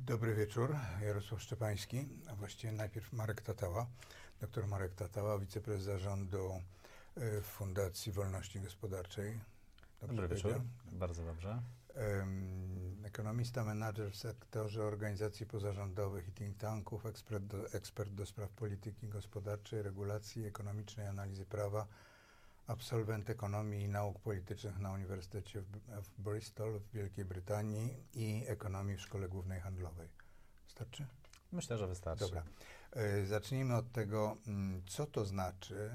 Dobry wieczór, Jarosław Szczepański, a właściwie najpierw Marek Tatała, doktor Marek Tatała, wiceprezes zarządu Fundacji Wolności Gospodarczej. Dobry wieczór, bardzo dobrze. Ekonomista, menadżer w sektorze organizacji pozarządowych i think tanków, ekspert do spraw polityki gospodarczej, regulacji ekonomicznej, analizy prawa, absolwent ekonomii i nauk politycznych na Uniwersytecie w Bristol w Wielkiej Brytanii i ekonomii w Szkole Głównej Handlowej. Wystarczy? Myślę, że wystarczy. Dobra. Zacznijmy od tego, co to znaczy.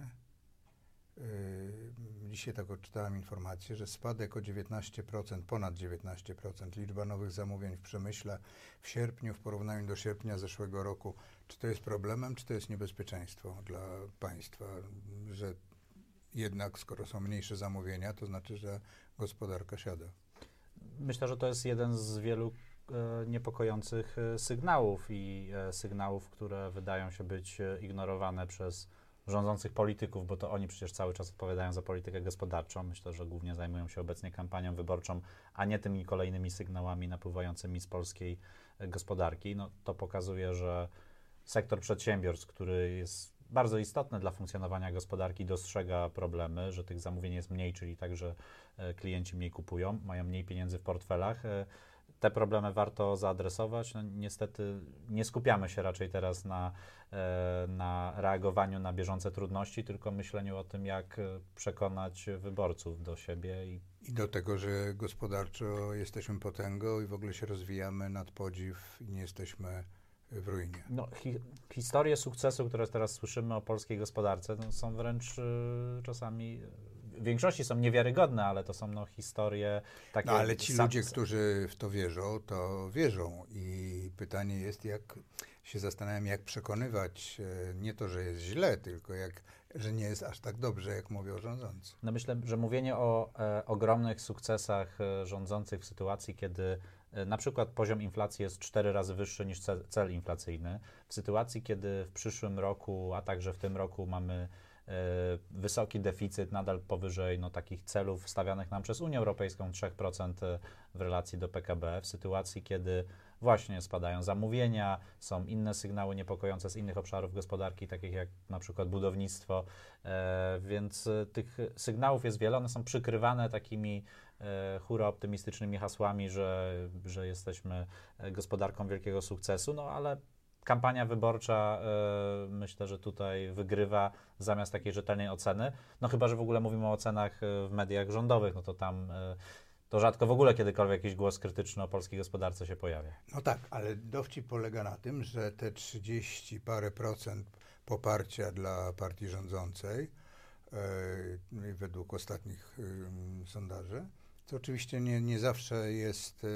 Dzisiaj tak odczytałem informację, że spadek o 19%, ponad 19% liczba nowych zamówień w przemyśle w sierpniu w porównaniu do sierpnia zeszłego roku. Czy to jest problemem, czy to jest niebezpieczeństwo dla państwa, że jednak skoro są mniejsze zamówienia, to znaczy, że gospodarka siada? Myślę, że to jest jeden z wielu niepokojących sygnałów i sygnałów, które wydają się być ignorowane przez rządzących polityków, bo to oni przecież cały czas odpowiadają za politykę gospodarczą. Myślę, że głównie zajmują się obecnie kampanią wyborczą, a nie tymi kolejnymi sygnałami napływającymi z polskiej gospodarki. No, to pokazuje, że sektor przedsiębiorstw, który jest bardzo istotny dla funkcjonowania gospodarki, dostrzega problemy, że tych zamówień jest mniej, czyli także klienci mniej kupują, mają mniej pieniędzy w portfelach. Te problemy warto zaadresować. No, niestety nie skupiamy się raczej teraz na reagowaniu na bieżące trudności, tylko myśleniu o tym, jak przekonać wyborców do siebie. I do tego, że gospodarczo jesteśmy potęgą i w ogóle się rozwijamy nad podziw i nie jesteśmy w ruinie. No, historie sukcesu, które teraz słyszymy o polskiej gospodarce, no, są wręcz czasami, w większości są niewiarygodne, ale to są historie takie... No, ale ci ludzie, którzy w to wierzą i pytanie jest, jak się zastanawiam, jak przekonywać, nie to, że jest źle, tylko że nie jest aż tak dobrze, jak mówią rządzący. No myślę, że mówienie o ogromnych sukcesach rządzących w sytuacji, kiedy na przykład poziom inflacji jest 4 razy wyższy niż cel inflacyjny, w sytuacji, kiedy w przyszłym roku, a także w tym roku mamy wysoki deficyt, nadal powyżej takich celów stawianych nam przez Unię Europejską 3% w relacji do PKB, w sytuacji, kiedy właśnie spadają zamówienia, są inne sygnały niepokojące z innych obszarów gospodarki, takich jak na przykład budownictwo, więc tych sygnałów jest wiele, one są przykrywane takimi hura optymistycznymi hasłami, że jesteśmy gospodarką wielkiego sukcesu, no ale kampania wyborcza, myślę, że tutaj wygrywa zamiast takiej rzetelnej oceny. No chyba, że w ogóle mówimy o ocenach w mediach rządowych, no to tam to rzadko w ogóle kiedykolwiek jakiś głos krytyczny o polskiej gospodarce się pojawia. No tak, ale dowcip polega na tym, że te 30 parę procent poparcia dla partii rządzącej, według ostatnich sondaży, to oczywiście nie zawsze jest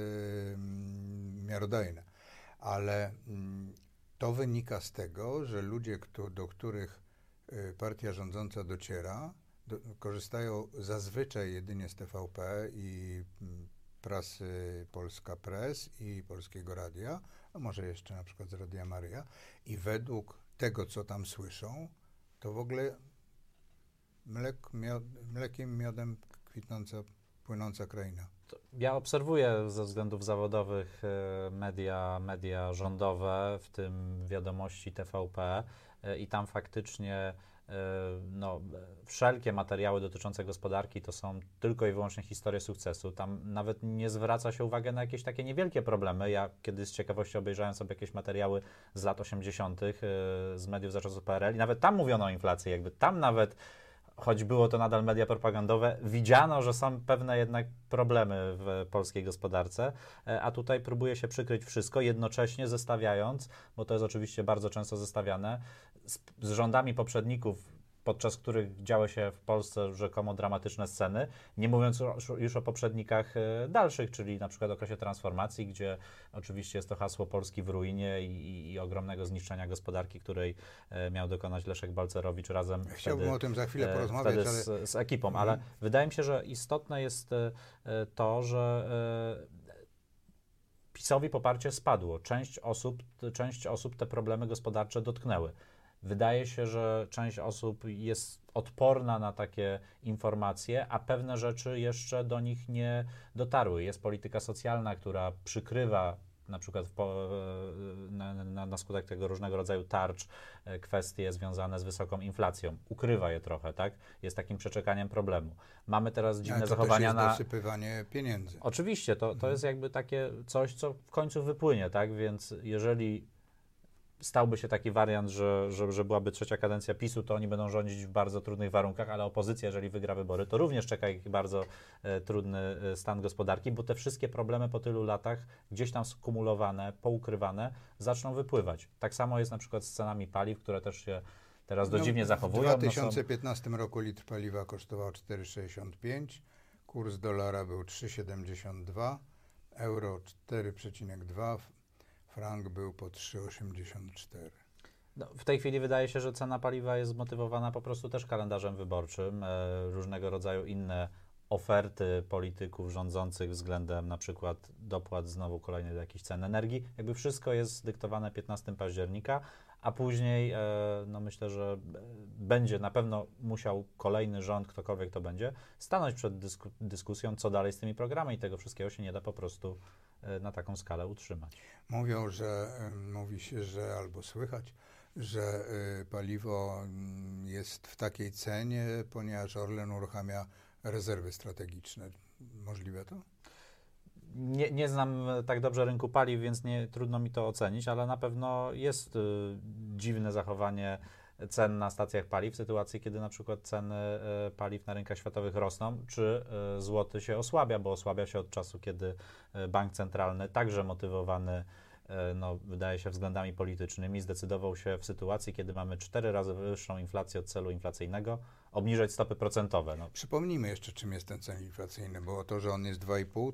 miarodajne, ale to wynika z tego, że ludzie, do których partia rządząca dociera, korzystają zazwyczaj jedynie z TVP i prasy Polska Press i Polskiego Radia, a może jeszcze na przykład z Radia Maryja, i według tego, co tam słyszą, to w ogóle mlekiem, miodem płynąca kraina. Ja obserwuję ze względów zawodowych media rządowe, w tym Wiadomości TVP, i tam faktycznie wszelkie materiały dotyczące gospodarki to są tylko i wyłącznie historie sukcesu. Tam nawet nie zwraca się uwagi na jakieś takie niewielkie problemy. Ja kiedyś z ciekawości obejrzałem sobie jakieś materiały z lat 80. Z mediów za czasów PRL i nawet tam mówiono o inflacji, jakby tam nawet, choć było to nadal media propagandowe, widziano, że są pewne jednak problemy w polskiej gospodarce, a tutaj próbuje się przykryć wszystko, jednocześnie zestawiając, bo to jest oczywiście bardzo często zestawiane, z rządami poprzedników, podczas których działy się w Polsce rzekomo dramatyczne sceny, nie mówiąc już o poprzednikach dalszych, czyli na przykład okresie transformacji, gdzie oczywiście jest to hasło Polski w ruinie i ogromnego zniszczenia gospodarki, której miał dokonać Leszek Balcerowicz razem Chciałbym o tym za chwilę porozmawiać, ale... z ekipą, ale wydaje mi się, że istotne jest to, że PiS-owi poparcie spadło. Część osób te problemy gospodarcze dotknęły. Wydaje się, że część osób jest odporna na takie informacje, a pewne rzeczy jeszcze do nich nie dotarły. Jest polityka socjalna, która przykrywa na przykład na skutek tego różnego rodzaju tarcz kwestie związane z wysoką inflacją. Ukrywa je trochę, tak? Jest takim przeczekaniem problemu. Mamy teraz dziwne zachowania na... dosypywanie pieniędzy. Oczywiście, to jest jakby takie coś, co w końcu wypłynie, tak? Więc jeżeli stałby się taki wariant, że byłaby trzecia kadencja PiS-u, to oni będą rządzić w bardzo trudnych warunkach, ale opozycja, jeżeli wygra wybory, to również czeka ich bardzo trudny stan gospodarki, bo te wszystkie problemy po tylu latach gdzieś tam skumulowane, poukrywane, zaczną wypływać. Tak samo jest na przykład z cenami paliw, które też się teraz dziwnie zachowują. W 2015 roku litr paliwa kosztował 4,65, kurs dolara był 3,72, euro 4,2, frank był po 3,84. No, w tej chwili wydaje się, że cena paliwa jest zmotywowana po prostu też kalendarzem wyborczym, różnego rodzaju inne oferty polityków rządzących względem na przykład dopłat znowu kolejnych do jakichś cen energii. Jakby wszystko jest dyktowane 15 października, a później no myślę, że będzie na pewno musiał kolejny rząd, ktokolwiek to będzie, stanąć przed dyskusją, co dalej z tymi programami. I tego wszystkiego się nie da po prostu na taką skalę utrzymać. Mówi się, że albo słychać, że paliwo jest w takiej cenie, ponieważ Orlen uruchamia rezerwy strategiczne. Możliwe to? Nie znam tak dobrze rynku paliw, więc trudno mi to ocenić, ale na pewno jest dziwne zachowanie cen na stacjach paliw w sytuacji, kiedy na przykład ceny paliw na rynkach światowych rosną, czy złoty się osłabia, bo osłabia się od czasu, kiedy bank centralny, także motywowany, wydaje się, względami politycznymi, zdecydował się w sytuacji, kiedy mamy 4 razy wyższą inflację od celu inflacyjnego, obniżać stopy procentowe. Przypomnijmy jeszcze, czym jest ten cel inflacyjny, bo to, że on jest 2,5,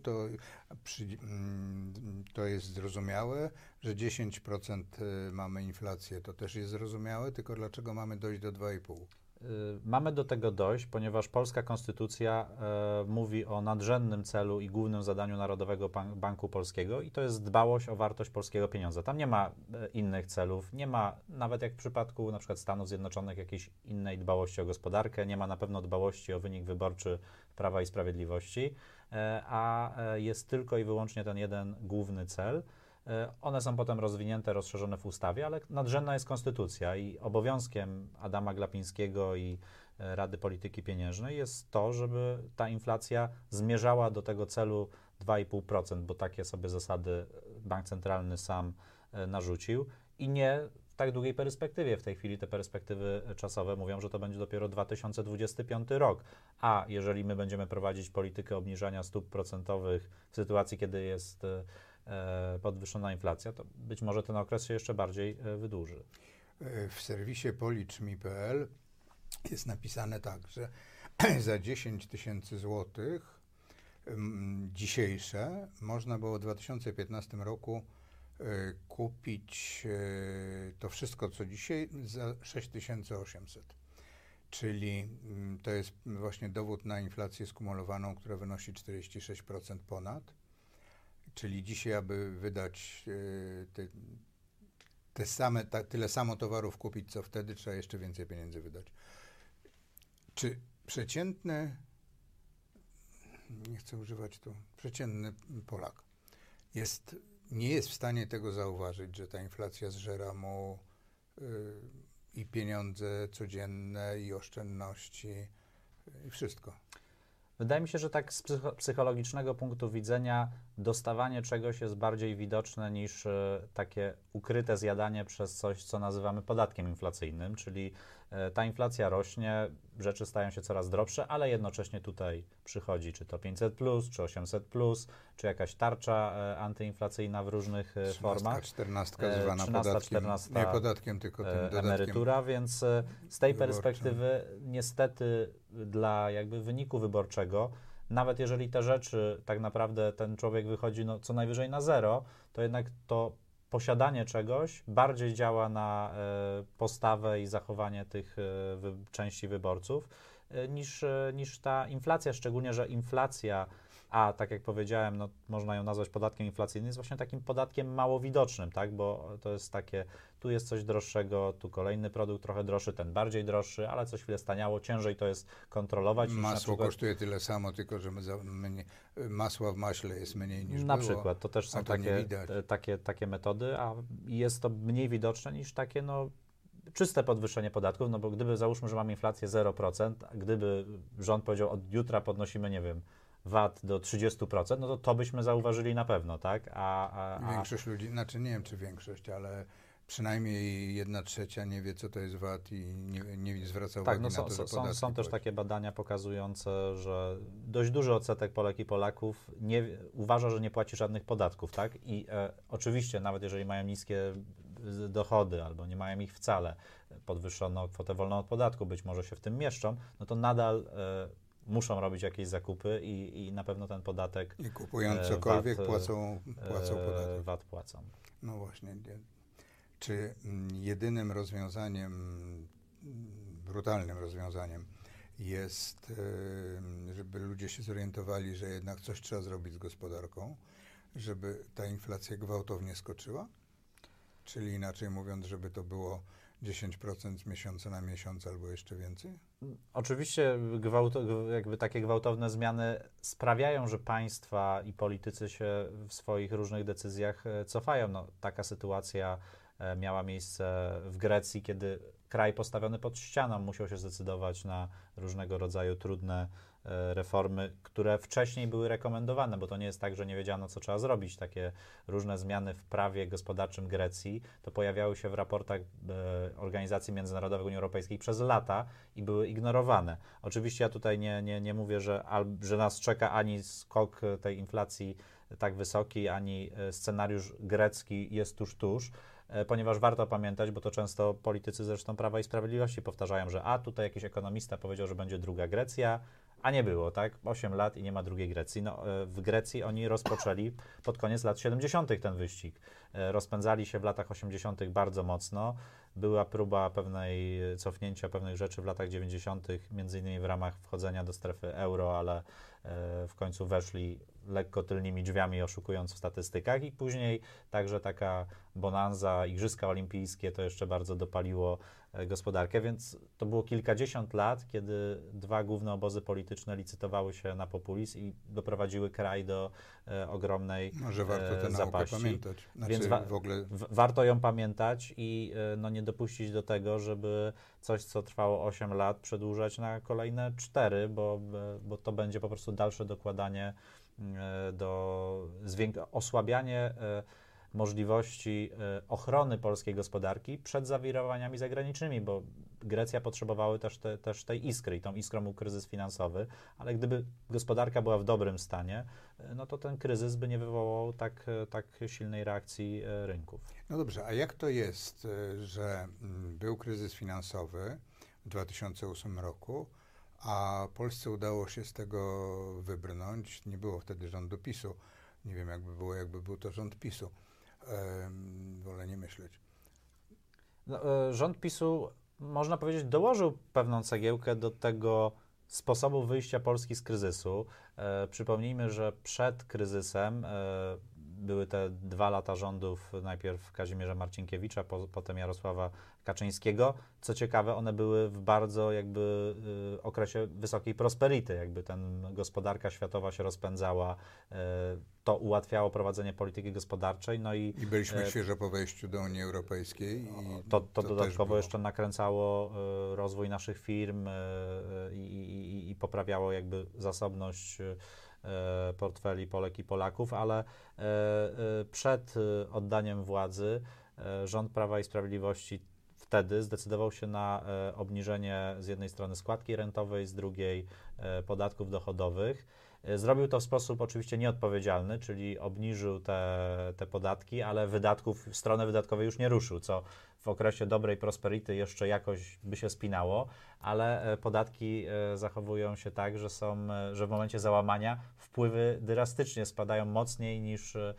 to jest zrozumiałe, że 10% mamy inflację, to też jest zrozumiałe, tylko dlaczego mamy dojść do 2,5? Mamy do tego dojść, ponieważ polska konstytucja mówi o nadrzędnym celu i głównym zadaniu Narodowego Banku Polskiego i to jest dbałość o wartość polskiego pieniądza. Tam nie ma innych celów, nie ma, nawet jak w przypadku na przykład Stanów Zjednoczonych, jakiejś innej dbałości o gospodarkę, nie ma na pewno dbałości o wynik wyborczy Prawa i Sprawiedliwości, a jest tylko i wyłącznie ten jeden główny cel. One są potem rozwinięte, rozszerzone w ustawie, ale nadrzędna jest konstytucja i obowiązkiem Adama Glapińskiego i Rady Polityki Pieniężnej jest to, żeby ta inflacja zmierzała do tego celu 2,5%, bo takie sobie zasady bank centralny sam narzucił i nie w tak długiej perspektywie. W tej chwili te perspektywy czasowe mówią, że to będzie dopiero 2025 rok, a jeżeli my będziemy prowadzić politykę obniżania stóp procentowych w sytuacji, kiedy jest podwyższona inflacja, to być może ten okres się jeszcze bardziej wydłuży. W serwisie policz.mi.pl jest napisane tak, że za 10 000 złotych dzisiejsze można było w 2015 roku kupić to wszystko, co dzisiaj, za 6800. Czyli to jest właśnie dowód na inflację skumulowaną, która wynosi 46% ponad. Czyli dzisiaj, aby wydać tyle samo towarów kupić, co wtedy, trzeba jeszcze więcej pieniędzy wydać. Czy przeciętny, nie chcę używać tu, przeciętny Polak nie jest w stanie tego zauważyć, że ta inflacja zżera mu i pieniądze codzienne, i oszczędności, i wszystko? Wydaje mi się, że tak z psychologicznego punktu widzenia dostawanie czegoś jest bardziej widoczne niż takie ukryte zjadanie przez coś, co nazywamy podatkiem inflacyjnym, czyli ta inflacja rośnie, rzeczy stają się coraz droższe, ale jednocześnie tutaj przychodzi czy to 500+, czy 800+, czy jakaś tarcza antyinflacyjna w różnych formach. 14 zwana 13, podatkiem, 14, nie podatkiem, tylko tym dodatkiem. Emerytura, więc z tej perspektywy niestety dla jakby wyniku wyborczego, nawet jeżeli te rzeczy tak naprawdę ten człowiek wychodzi co najwyżej na zero, to jednak to posiadanie czegoś bardziej działa na postawę i zachowanie tych części wyborców niż ta inflacja, szczególnie, że inflacja a tak jak powiedziałem, no, można ją nazwać podatkiem inflacyjnym, jest właśnie takim podatkiem mało widocznym, tak? Bo to jest takie, tu jest coś droższego, tu kolejny produkt trochę droższy, ten bardziej droższy, ale coś chwilę staniało, ciężej to jest kontrolować. Niż Masło na przykład, kosztuje tyle samo, tylko że masła w maśle jest mniej niż na było, przykład, to też są to nie widać. takie metody, a jest to mniej widoczne niż takie, no, czyste podwyższenie podatków, no bo gdyby, załóżmy, że mamy inflację 0%, a gdyby rząd powiedział, od jutra podnosimy, nie wiem, VAT do 30%, no to byśmy zauważyli na pewno, tak? Większość ludzi, znaczy nie wiem czy większość, ale przynajmniej 1/3 nie wie, co to jest VAT i nie zwraca uwagi na to, że podatki są też płaci. takie badania pokazujące, że dość duży odsetek Polek i Polaków uważa, że nie płaci żadnych podatków, tak? I oczywiście, nawet jeżeli mają niskie dochody albo nie mają ich wcale, podwyższono kwotę wolną od podatku, być może się w tym mieszczą, no to nadal muszą robić jakieś zakupy i na pewno ten podatek I kupując cokolwiek płacą podatek. VAT płacą. No właśnie. Czy jedynym rozwiązaniem, brutalnym rozwiązaniem jest, żeby ludzie się zorientowali, że jednak coś trzeba zrobić z gospodarką, żeby ta inflacja gwałtownie skoczyła? Czyli inaczej mówiąc, żeby to było 10% z miesiąca na miesiąc albo jeszcze więcej? Oczywiście jakby takie gwałtowne zmiany sprawiają, że państwa i politycy się w swoich różnych decyzjach cofają. No, taka sytuacja miała miejsce w Grecji, kiedy kraj postawiony pod ścianą musiał się zdecydować na różnego rodzaju trudne reformy, które wcześniej były rekomendowane, bo to nie jest tak, że nie wiedziano, co trzeba zrobić. Takie różne zmiany w prawie gospodarczym Grecji to pojawiały się w raportach Organizacji Międzynarodowej Unii Europejskiej przez lata i były ignorowane. Oczywiście ja tutaj nie mówię, że nas czeka ani skok tej inflacji tak wysoki, ani scenariusz grecki jest tuż, ponieważ warto pamiętać, bo to często politycy zresztą Prawa i Sprawiedliwości powtarzają, że tutaj jakiś ekonomista powiedział, że będzie druga Grecja, a nie było, tak? 8 lat i nie ma drugiej Grecji. No, w Grecji oni rozpoczęli pod koniec lat 70. ten wyścig. Rozpędzali się w latach 80. bardzo mocno. Była próba cofnięcia pewnych rzeczy w latach 90., między innymi w ramach wchodzenia do strefy euro, ale w końcu weszli lekko tylnymi drzwiami, oszukując w statystykach i później także taka bonanza, Igrzyska Olimpijskie to jeszcze bardzo dopaliło gospodarkę, więc to było kilkadziesiąt lat, kiedy dwa główne obozy polityczne licytowały się na populizm i doprowadziły kraj do ogromnej Może warto tę naukę zapaści. pamiętać. Znaczy, Więc w ogóle warto ją pamiętać i nie dopuścić do tego, żeby coś, co trwało 8 lat, przedłużać na kolejne 4, bo to będzie po prostu dalsze dokładanie osłabianie możliwości ochrony polskiej gospodarki przed zawirowaniami zagranicznymi, bo Grecja potrzebowały też tej iskry i tą iskrą był kryzys finansowy, ale gdyby gospodarka była w dobrym stanie, no to ten kryzys by nie wywołał tak silnej reakcji rynków. No dobrze, a jak to jest, że był kryzys finansowy w 2008 roku, a Polsce udało się z tego wybrnąć? Nie było wtedy rządu PiS-u. Nie wiem, jakby był to rząd PiS-u. Wolę nie myśleć. No, rząd PiS-u, można powiedzieć, dołożył pewną cegiełkę do tego sposobu wyjścia Polski z kryzysu. Przypomnijmy, że przed kryzysem były te 2 lata rządów, najpierw Kazimierza Marcinkiewicza, potem Jarosława Kaczyńskiego. Co ciekawe, one były w bardzo okresie wysokiej prosperity, gospodarka światowa się rozpędzała, to ułatwiało prowadzenie polityki gospodarczej. No i byliśmy świeżo po wejściu do Unii Europejskiej. I to dodatkowo jeszcze nakręcało rozwój naszych firm i poprawiało zasobność portfeli Polek i Polaków, ale przed oddaniem władzy rząd Prawa i Sprawiedliwości wtedy zdecydował się na obniżenie z jednej strony składki rentowej, z drugiej podatków dochodowych. Zrobił to w sposób oczywiście nieodpowiedzialny, czyli obniżył te podatki, ale w stronę wydatkowej już nie ruszył, co w okresie dobrej prosperity jeszcze jakoś by się spinało, ale podatki zachowują się tak, że w momencie załamania wpływy drastycznie spadają mocniej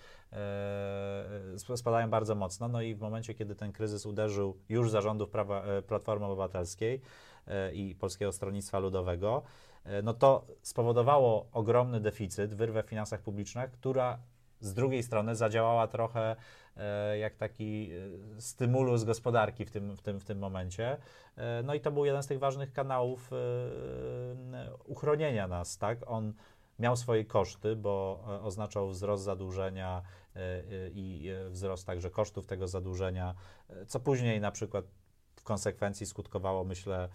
spadają bardzo mocno. No i w momencie, kiedy ten kryzys uderzył już za rządów Platformy Obywatelskiej i Polskiego Stronnictwa Ludowego, no to spowodowało ogromny deficyt, wyrwę w finansach publicznych, która z drugiej strony zadziałała trochę jak taki stymulus gospodarki w tym momencie. No i to był jeden z tych ważnych kanałów uchronienia nas, tak? On miał swoje koszty, bo oznaczał wzrost zadłużenia i wzrost także kosztów tego zadłużenia, co później na przykład w konsekwencji skutkowało, myślę,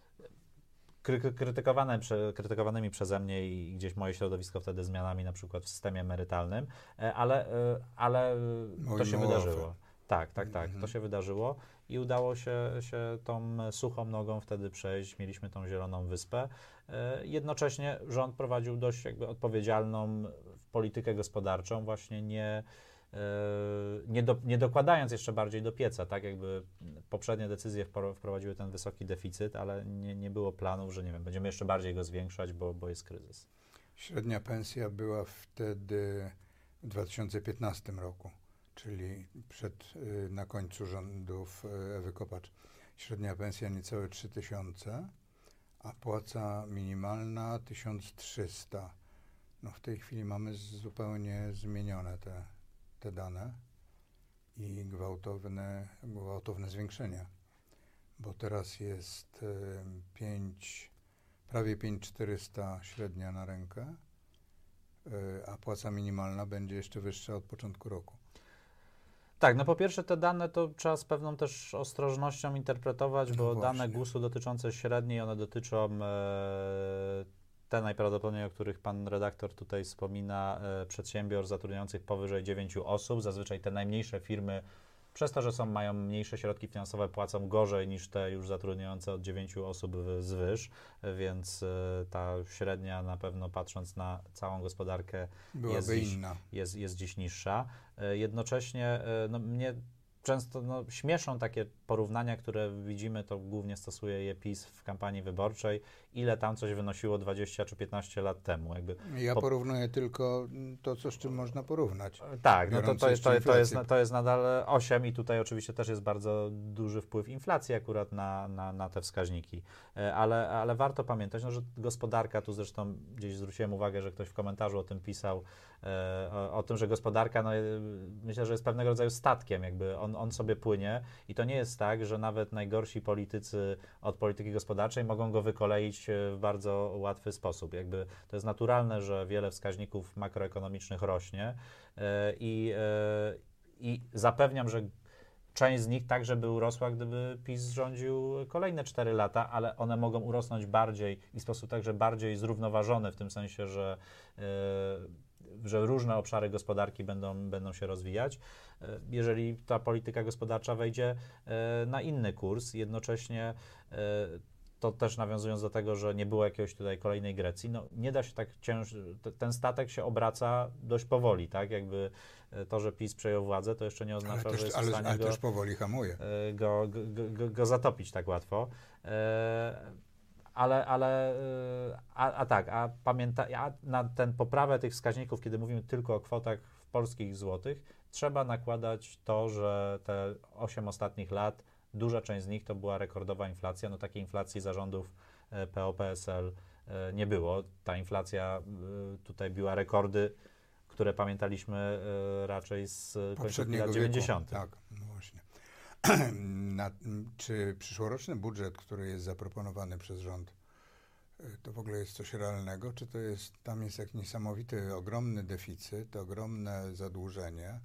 krytykowanymi przeze mnie i gdzieś moje środowisko wtedy zmianami na przykład w systemie emerytalnym, ale to się wydarzyło. Tak, to się wydarzyło i udało się tą suchą nogą wtedy przejść, mieliśmy tą zieloną wyspę. Jednocześnie rząd prowadził dość jakby odpowiedzialną politykę gospodarczą, właśnie nie dokładając jeszcze bardziej do pieca, tak jakby poprzednie decyzje wprowadziły ten wysoki deficyt, ale nie było planów, że nie wiem, będziemy jeszcze bardziej go zwiększać, bo jest kryzys. Średnia pensja była wtedy w 2015 roku, czyli na końcu rządów Ewy Kopacz. Średnia pensja niecałe 3000, a płaca minimalna 1300. No w tej chwili mamy zupełnie zmienione te dane i gwałtowne zwiększenie, bo teraz jest prawie 5400 średnia na rękę, a płaca minimalna będzie jeszcze wyższa od początku roku. Tak, no po pierwsze te dane to trzeba z pewną też ostrożnością interpretować, bo dane GUS-u dotyczące średniej, one dotyczą te najprawdopodobniej, o których pan redaktor tutaj wspomina, przedsiębiorstw zatrudniających powyżej 9 osób. Zazwyczaj te najmniejsze firmy, przez to, że mają mniejsze środki finansowe, płacą gorzej niż te już zatrudniające od 9 osób wzwyż, więc ta średnia na pewno, patrząc na całą gospodarkę, jest dziś niższa. Jednocześnie mnie często śmieszą takie porównania, które widzimy, to głównie stosuje je PiS w kampanii wyborczej, ile tam coś wynosiło 20 czy 15 lat temu. Ja porównuję tylko to, z czym można porównać. Tak, no to jest nadal 8 i tutaj oczywiście też jest bardzo duży wpływ inflacji akurat na te wskaźniki. Ale warto pamiętać, że gospodarka, tu zresztą gdzieś zwróciłem uwagę, że ktoś w komentarzu o tym pisał, o tym, że gospodarka, myślę, że jest pewnego rodzaju statkiem, on sobie płynie i to nie jest tak, że nawet najgorsi politycy od polityki gospodarczej mogą go wykoleić w bardzo łatwy sposób. To jest naturalne, że wiele wskaźników makroekonomicznych rośnie i zapewniam, że część z nich także by urosła, gdyby PiS rządził kolejne 4 lata, ale one mogą urosnąć bardziej i w sposób także bardziej zrównoważony, w tym sensie, że różne obszary gospodarki będą się rozwijać, jeżeli ta polityka gospodarcza wejdzie na inny kurs. Jednocześnie to też nawiązując do tego, że nie było jakiegoś tutaj kolejnej Grecji, nie da się tak ten statek się obraca dość powoli, tak? To, że PiS przejął władzę, to jeszcze nie oznacza, że jest w stanie też powoli hamuje. Go zatopić tak łatwo. Na ten poprawę tych wskaźników, kiedy mówimy tylko o kwotach w polskich złotych, trzeba nakładać to, że te 8 ostatnich lat, duża część z nich to była rekordowa inflacja. Takiej inflacji zarządów PO-PSL nie było. Ta inflacja tutaj biła rekordy, które pamiętaliśmy raczej z końcówki lat 90. Tak, no właśnie. Czy przyszłoroczny budżet, który jest zaproponowany przez rząd, to w ogóle jest coś realnego? Czy tam jest jakiś niesamowity, ogromny deficyt, ogromne zadłużenie?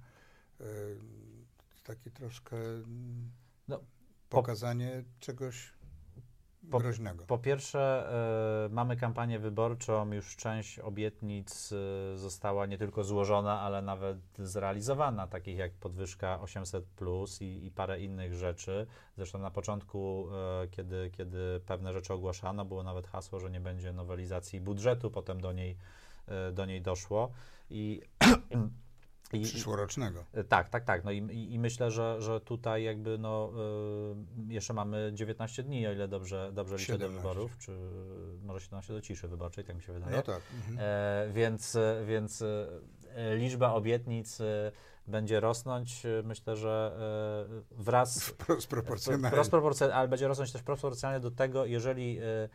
Takie troszkę pokazanie czegoś groźnego. Po pierwsze, mamy kampanię wyborczą, już część obietnic została nie tylko złożona, ale nawet zrealizowana, takich jak podwyżka 800+ i parę innych rzeczy. Zresztą na początku, kiedy pewne rzeczy ogłaszano, było nawet hasło, że nie będzie nowelizacji budżetu, potem do niej doszło. Przyszłorocznego. Tak. I myślę, że tutaj jeszcze mamy 19 dni, o ile dobrze liczę, do wyborów, czy może 17 do ciszy wyborczej, tak mi się wydaje. No tak. Więc liczba obietnic będzie rosnąć. Myślę, że wraz wprost proporcjonalnie. Ale będzie rosnąć też proporcjonalnie do tego, jeżeli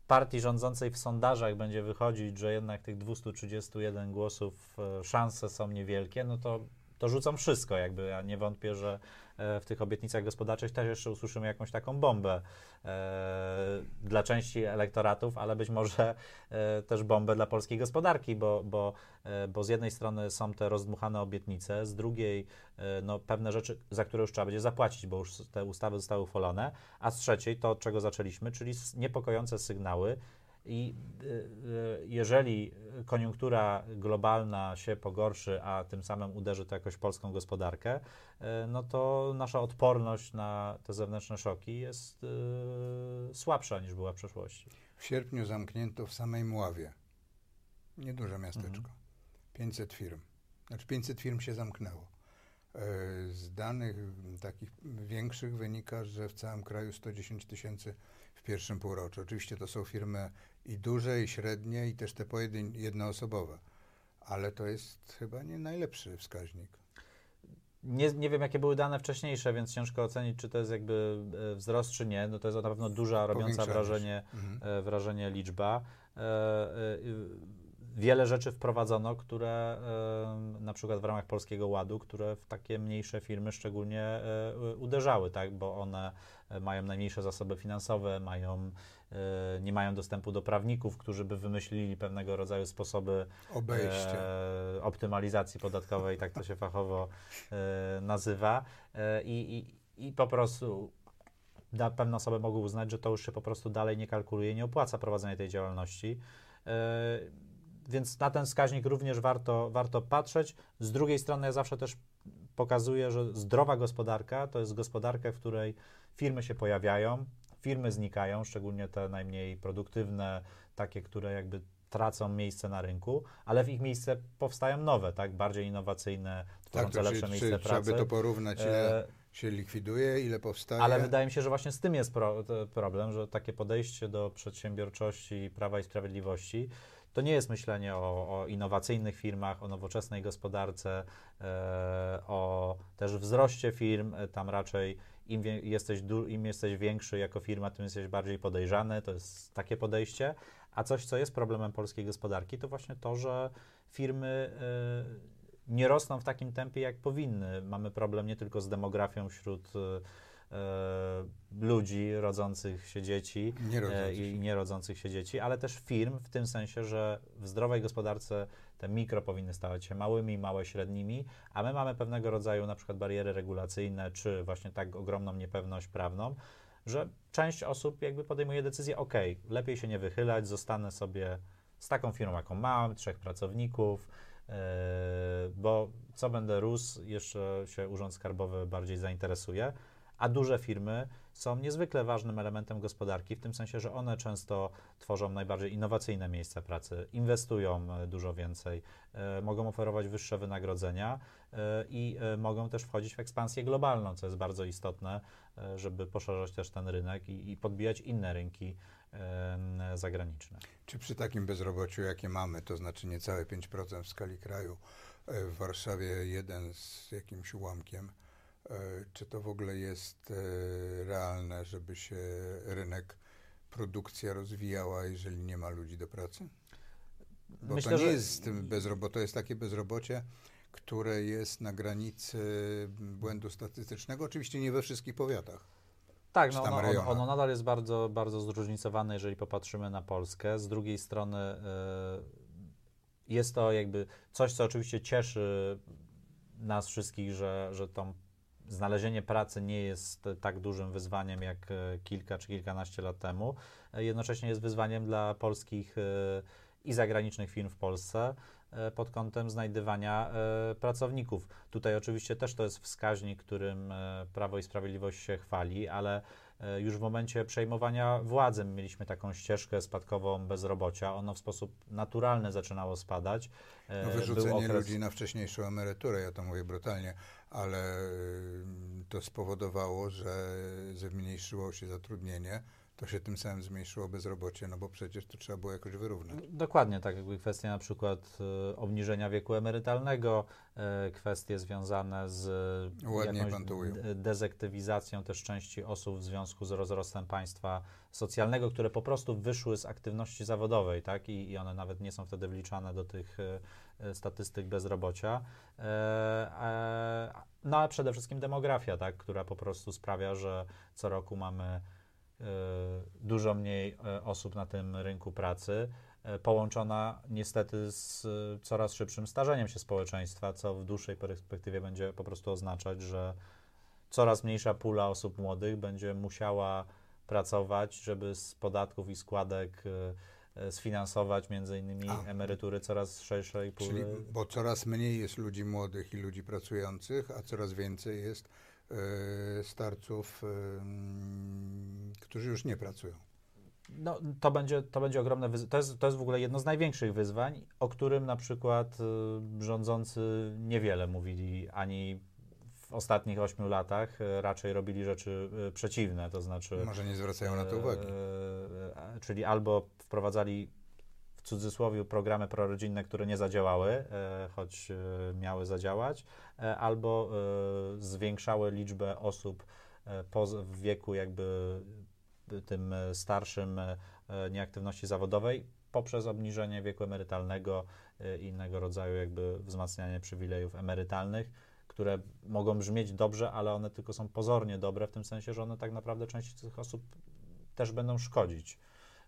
partii rządzącej w sondażach będzie wychodzić, że jednak tych 231 głosów szanse są niewielkie, no to rzucą wszystko jakby. Ja nie wątpię, że w tych obietnicach gospodarczych też jeszcze usłyszymy jakąś taką bombę dla części elektoratów, ale być może też bombę dla polskiej gospodarki, bo z jednej strony są te rozdmuchane obietnice, z drugiej no, pewne rzeczy, za które już trzeba będzie zapłacić, bo już te ustawy zostały uchwalone, a z trzeciej to, od czego zaczęliśmy, czyli niepokojące sygnały. I jeżeli koniunktura globalna się pogorszy, a tym samym uderzy to jakoś polską gospodarkę, no to nasza odporność na te zewnętrzne szoki jest słabsza niż była w przeszłości. W sierpniu zamknięto w samej Mławie, nieduże miasteczko, 500 firm. Znaczy 500 firm się zamknęło. Z danych takich większych wynika, że w całym kraju 110 000 w pierwszym półroczu. Oczywiście to są firmy i duże, i średnie, i też te jednoosobowe. Ale to jest chyba nie najlepszy wskaźnik. Nie wiem, jakie były dane wcześniejsze, więc ciężko ocenić, czy to jest jakby wzrost, czy nie. No to jest na pewno duża, robiąca wrażenie liczba. Wiele rzeczy wprowadzono, które na przykład w ramach Polskiego Ładu, które w takie mniejsze firmy szczególnie uderzały, tak? Bo one mają najmniejsze zasoby finansowe, nie mają dostępu do prawników, którzy by wymyślili pewnego rodzaju sposoby optymalizacji podatkowej, tak to się fachowo nazywa. I po prostu pewne osoby mogą uznać, że to już się po prostu dalej nie kalkuluje, nie opłaca prowadzenia tej działalności. Więc na ten wskaźnik również warto patrzeć. Z drugiej strony ja zawsze też pokazuję, że zdrowa gospodarka to jest gospodarka, w której firmy się pojawiają, firmy znikają, szczególnie te najmniej produktywne, takie, które jakby tracą miejsce na rynku, ale w ich miejsce powstają nowe, tak, bardziej innowacyjne, tworzące lepsze miejsce pracy. Trzeba by to porównać, ile się likwiduje, ile powstaje. Ale wydaje mi się, że właśnie z tym jest problem, że takie podejście do przedsiębiorczości Prawa i Sprawiedliwości to nie jest myślenie o innowacyjnych firmach, o nowoczesnej gospodarce, o też wzroście firm. Tam raczej im jesteś większy jako firma, tym jesteś bardziej podejrzany. To jest takie podejście. A coś, co jest problemem polskiej gospodarki, to właśnie to, że firmy nie rosną w takim tempie, jak powinny. Mamy problem nie tylko z demografią wśród ludzi rodzących się dzieci i nierodzących się dzieci, ale też firm w tym sensie, że w zdrowej gospodarce te mikro powinny stawać się małymi, małe średnimi, a my mamy pewnego rodzaju na przykład bariery regulacyjne, czy właśnie tak ogromną niepewność prawną, że część osób jakby podejmuje decyzję, lepiej się nie wychylać, zostanę sobie z taką firmą, jaką mam, 3 pracowników, bo co będę rósł, jeszcze się Urząd Skarbowy bardziej zainteresuje. A duże firmy są niezwykle ważnym elementem gospodarki, w tym sensie, że one często tworzą najbardziej innowacyjne miejsca pracy, inwestują dużo więcej, mogą oferować wyższe wynagrodzenia i mogą też wchodzić w ekspansję globalną, co jest bardzo istotne, żeby poszerzać też ten rynek i podbijać inne rynki zagraniczne. Czy przy takim bezrobociu, jakie mamy, to znaczy niecałe 5% w skali kraju, w Warszawie 1 z jakimś ułamkiem, czy to w ogóle jest realne, żeby się produkcja rozwijała, jeżeli nie ma ludzi do pracy? Bo myślę, to nie jest bezrobocie, to jest takie bezrobocie, które jest na granicy błędu statystycznego, oczywiście nie we wszystkich powiatach. Tak, ono nadal jest bardzo, bardzo zróżnicowane, jeżeli popatrzymy na Polskę. Z drugiej strony jest to jakby coś, co oczywiście cieszy nas wszystkich, że to znalezienie pracy nie jest tak dużym wyzwaniem jak kilka czy kilkanaście lat temu. Jednocześnie jest wyzwaniem dla polskich i zagranicznych firm w Polsce pod kątem znajdywania pracowników. Tutaj oczywiście też to jest wskaźnik, którym Prawo i Sprawiedliwość się chwali, ale już w momencie przejmowania władzy mieliśmy taką ścieżkę spadkową bezrobocia. Ono w sposób naturalny zaczynało spadać. Wyrzucenie ludzi na wcześniejszą emeryturę, ja to mówię brutalnie, ale to spowodowało, że zmniejszyło się zatrudnienie, to się tym samym zmniejszyło bezrobocie, no bo przecież to trzeba było jakoś wyrównać. Dokładnie tak, jakby kwestie na przykład obniżenia wieku emerytalnego, kwestie związane z Ładnie jakąś pan to ujął. dezektywizacją też części osób w związku z rozrostem państwa socjalnego, które po prostu wyszły z aktywności zawodowej, tak, i one nawet nie są wtedy wliczane do tych statystyk bezrobocia. No a przede wszystkim demografia, tak, która po prostu sprawia, że co roku mamy dużo mniej osób na tym rynku pracy, połączona niestety z coraz szybszym starzeniem się społeczeństwa, co w dłuższej perspektywie będzie po prostu oznaczać, że coraz mniejsza pula osób młodych będzie musiała pracować, żeby z podatków i składek sfinansować między innymi emerytury coraz szerszej puli. Czyli, bo coraz mniej jest ludzi młodych i ludzi pracujących, a coraz więcej jest starców, którzy już nie pracują. No, to będzie ogromne wyzwanie. To jest w ogóle jedno z największych wyzwań, o którym na przykład rządzący niewiele mówili ani w ostatnich 8 latach, raczej robili rzeczy przeciwne, to znaczy... Może nie zwracają na to uwagi. Czyli albo wprowadzali w cudzysłowie programy prorodzinne, które nie zadziałały, choć miały zadziałać, albo zwiększały liczbę osób w wieku jakby tym starszym nieaktywności zawodowej poprzez obniżenie wieku emerytalnego i innego rodzaju jakby wzmacnianie przywilejów emerytalnych, które mogą brzmieć dobrze, ale one tylko są pozornie dobre, w tym sensie, że one tak naprawdę części z tych osób też będą szkodzić.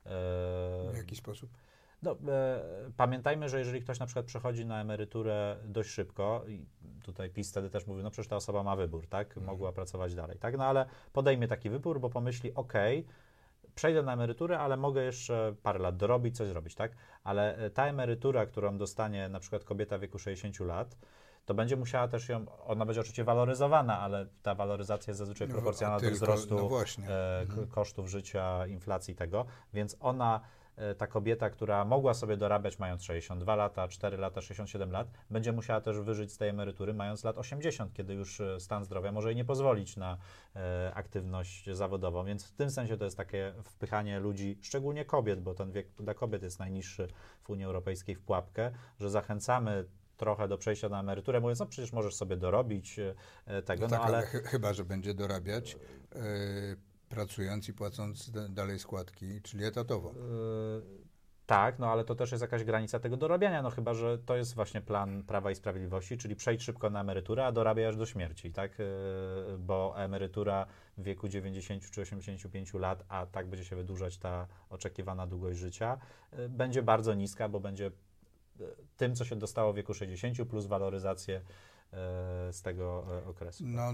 W jaki sposób? No, pamiętajmy, że jeżeli ktoś na przykład przechodzi na emeryturę dość szybko, i tutaj PiS wtedy też mówi, no przecież ta osoba ma wybór, tak? Mogła pracować dalej, tak? No ale podejmie taki wybór, bo pomyśli, przejdę na emeryturę, ale mogę jeszcze parę lat dorobić, coś zrobić, tak? Ale ta emerytura, którą dostanie na przykład kobieta w wieku 60 lat, to będzie musiała też ona będzie oczywiście waloryzowana, ale ta waloryzacja jest zazwyczaj proporcjonalna do wzrostu kosztów życia, inflacji tego, więc ta kobieta, która mogła sobie dorabiać mając 62 lata, 4 lata, 67 lat, będzie musiała też wyżyć z tej emerytury mając lat 80, kiedy już stan zdrowia może jej nie pozwolić na aktywność zawodową, więc w tym sensie to jest takie wpychanie ludzi, szczególnie kobiet, bo ten wiek dla kobiet jest najniższy w Unii Europejskiej, w pułapkę, że zachęcamy trochę do przejścia na emeryturę, mówiąc, no przecież możesz sobie dorobić tego, no tak, ale chyba, że będzie dorabiać pracując i płacąc dalej składki, czyli etatowo. Tak, no ale to też jest jakaś granica tego dorabiania, no chyba, że to jest właśnie plan Prawa i Sprawiedliwości, czyli przejdź szybko na emeryturę, a dorabiaj aż do śmierci, tak? Bo emerytura w wieku 90 czy 85 lat, a tak będzie się wydłużać ta oczekiwana długość życia, będzie bardzo niska, bo będzie tym, co się dostało w wieku 60 plus waloryzację z tego okresu. No,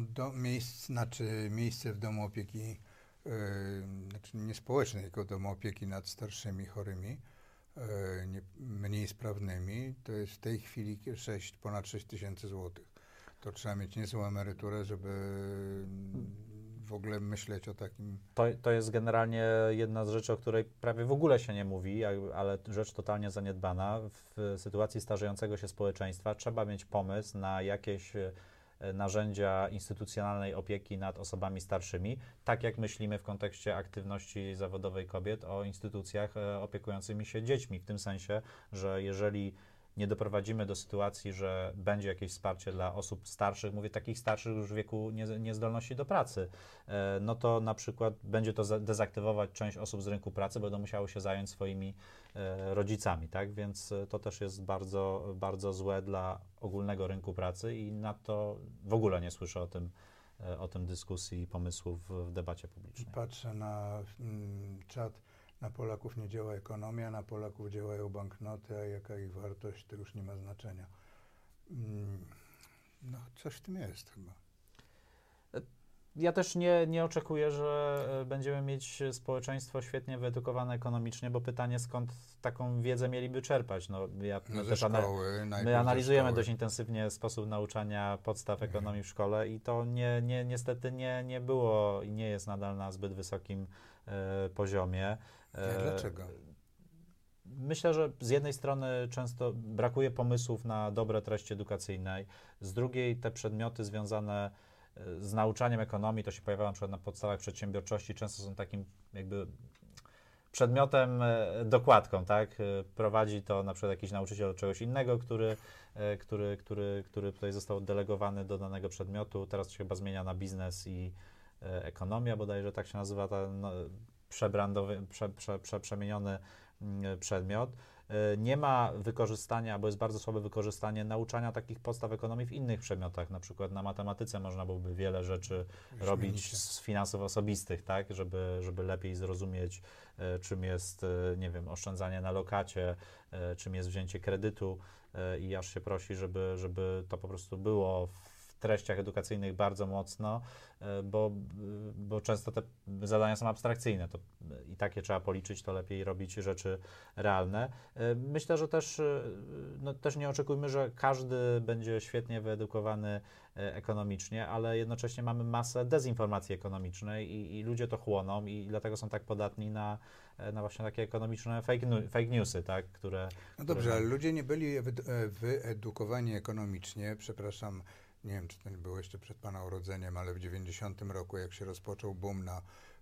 miejsce w domu opieki, znaczy nie społecznej, tylko domu opieki nad starszymi, chorymi, mniej sprawnymi, to jest w tej chwili ponad 6 tysięcy złotych. To trzeba mieć niezłą emeryturę, żeby w ogóle myśleć o takim... To jest generalnie jedna z rzeczy, o której prawie w ogóle się nie mówi, ale rzecz totalnie zaniedbana. W sytuacji starzejącego się społeczeństwa trzeba mieć pomysł na jakieś narzędzia instytucjonalnej opieki nad osobami starszymi, tak jak myślimy w kontekście aktywności zawodowej kobiet o instytucjach opiekującymi się dziećmi, w tym sensie, że jeżeli nie doprowadzimy do sytuacji, że będzie jakieś wsparcie dla osób starszych, mówię takich starszych już w wieku niezdolności do pracy, no to na przykład będzie to dezaktywować część osób z rynku pracy, będą musiały się zająć swoimi rodzicami, tak? Więc to też jest bardzo, bardzo złe dla ogólnego rynku pracy i na to w ogóle nie słyszę o tym dyskusji i pomysłów w debacie publicznej. Patrzę na czat. Na Polaków nie działa ekonomia, na Polaków działają banknoty, a jaka ich wartość, to już nie ma znaczenia. No, coś w tym jest chyba. Ja też nie oczekuję, że będziemy mieć społeczeństwo świetnie wyedukowane ekonomicznie, bo pytanie, skąd taką wiedzę mieliby czerpać. My analizujemy dość intensywnie sposób nauczania podstaw ekonomii w szkole i to niestety nie było i nie jest nadal na zbyt wysokim poziomie. Dlaczego? Myślę, że z jednej strony często brakuje pomysłów na dobre treści edukacyjne, z drugiej te przedmioty związane z nauczaniem ekonomii, to się pojawiało na przykład na podstawach przedsiębiorczości, często są takim jakby przedmiotem, dokładką, tak? Prowadzi to na przykład jakiś nauczyciel od czegoś innego, który tutaj został delegowany do danego przedmiotu. Teraz się chyba zmienia na biznes i ekonomia, bodajże tak się nazywa ten przemieniony przedmiot. Nie ma wykorzystania, albo jest bardzo słabe wykorzystanie nauczania takich podstaw ekonomii w innych przedmiotach. Na przykład na matematyce można byłoby wiele rzeczy robić z finansów osobistych, tak, żeby lepiej zrozumieć, czym jest, nie wiem, oszczędzanie na lokacie, czym jest wzięcie kredytu i aż się prosi, żeby to po prostu było w treściach edukacyjnych bardzo mocno, bo często te zadania są abstrakcyjne, to i takie trzeba policzyć, to lepiej robić rzeczy realne. Myślę, że też nie oczekujmy, że każdy będzie świetnie wyedukowany ekonomicznie, ale jednocześnie mamy masę dezinformacji ekonomicznej i ludzie to chłoną i dlatego są tak podatni na właśnie takie ekonomiczne fake newsy, tak, które... No dobrze, ale ludzie nie byli wyedukowani ekonomicznie, przepraszam, nie wiem, czy to nie było jeszcze przed Pana urodzeniem, ale w 90 roku, jak się rozpoczął boom na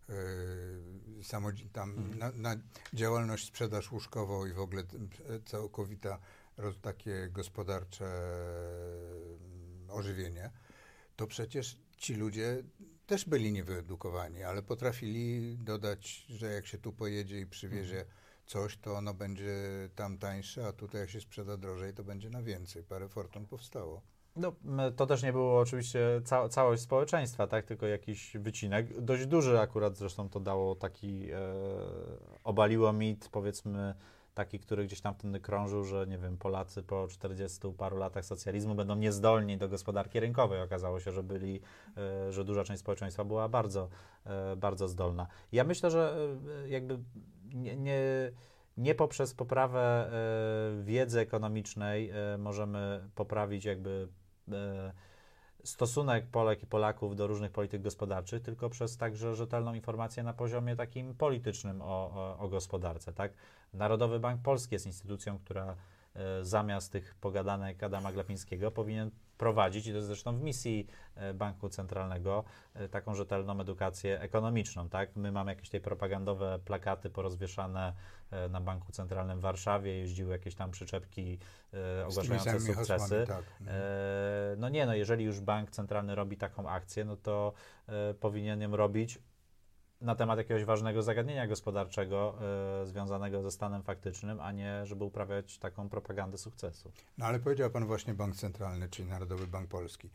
na działalność, sprzedaż łóżkową i w ogóle całkowita takie gospodarcze ożywienie, to przecież ci ludzie też byli niewyedukowani, ale potrafili dodać, że jak się tu pojedzie i przywiezie coś, to ono będzie tam tańsze, a tutaj jak się sprzeda drożej, to będzie na więcej. Parę fortun powstało. No, to też nie było oczywiście całość społeczeństwa, tak, tylko jakiś wycinek. Dość duży akurat zresztą to dało taki, obaliło mit, powiedzmy, taki, który gdzieś tam wtedy krążył, że nie wiem, Polacy po 40 paru latach socjalizmu będą niezdolni do gospodarki rynkowej. Okazało się, że duża część społeczeństwa była bardzo zdolna. Ja myślę, że jakby nie poprzez poprawę wiedzy ekonomicznej możemy poprawić jakby stosunek Polek i Polaków do różnych polityk gospodarczych, tylko przez także rzetelną informację na poziomie takim politycznym o gospodarce. Tak? Narodowy Bank Polski jest instytucją, która zamiast tych pogadanek Adama Glapińskiego powinien prowadzić, i to jest zresztą w misji Banku Centralnego, taką rzetelną edukację ekonomiczną. Tak? My mamy jakieś tutaj propagandowe plakaty porozwieszane na Banku Centralnym w Warszawie, jeździły jakieś tam przyczepki ogłaszające sukcesy. Tak. No jeżeli już Bank Centralny robi taką akcję, no to powinien ją robić na temat jakiegoś ważnego zagadnienia gospodarczego związanego ze stanem faktycznym, a nie żeby uprawiać taką propagandę sukcesu. No ale powiedział Pan właśnie Bank Centralny, czyli Narodowy Bank Polski.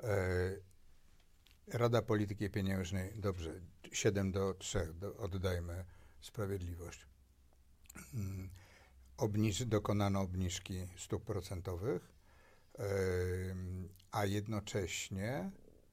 Rada Polityki Pieniężnej, dobrze, 7-3, oddajmy sprawiedliwość. Dokonano obniżki stóp procentowych, a jednocześnie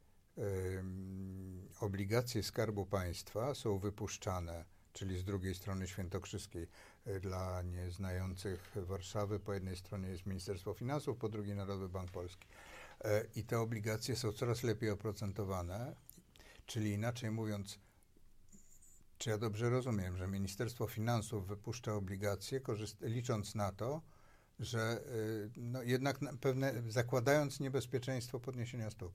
obligacje Skarbu Państwa są wypuszczane, czyli z drugiej strony świętokrzyskiej, dla nieznających Warszawy, po jednej stronie jest Ministerstwo Finansów, po drugiej Narodowy Bank Polski. I te obligacje są coraz lepiej oprocentowane, czyli inaczej mówiąc, czy ja dobrze rozumiem, że Ministerstwo Finansów wypuszcza obligacje, licząc na to, że no jednak zakładając niebezpieczeństwo podniesienia stóp?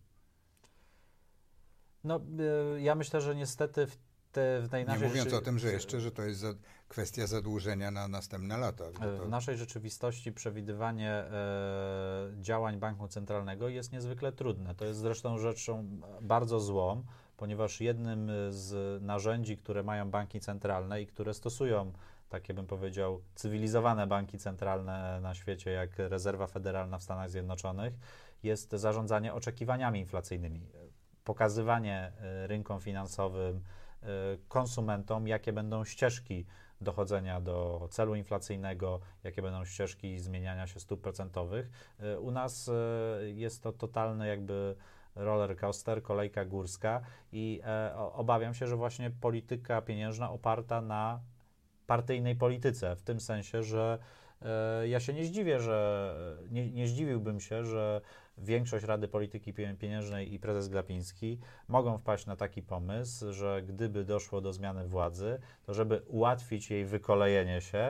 No, ja myślę, że niestety w tej naszej... Nie mówiąc o tym, że to jest kwestia zadłużenia na następne lata. W naszej rzeczywistości przewidywanie działań Banku Centralnego jest niezwykle trudne. To jest zresztą rzeczą bardzo złą, ponieważ jednym z narzędzi, które mają banki centralne i które stosują takie, bym powiedział, cywilizowane banki centralne na świecie, jak Rezerwa Federalna w Stanach Zjednoczonych, jest zarządzanie oczekiwaniami inflacyjnymi. Pokazywanie rynkom finansowym, konsumentom, jakie będą ścieżki dochodzenia do celu inflacyjnego, jakie będą ścieżki zmieniania się stóp procentowych. U nas jest to totalny jakby roller coaster, kolejka górska i obawiam się, że właśnie polityka pieniężna oparta na partyjnej polityce, w tym sensie, że ja się nie zdziwię, nie zdziwiłbym się, że większość Rady Polityki Pieniężnej i prezes Glapiński mogą wpaść na taki pomysł, że gdyby doszło do zmiany władzy, to żeby ułatwić jej wykolejenie się,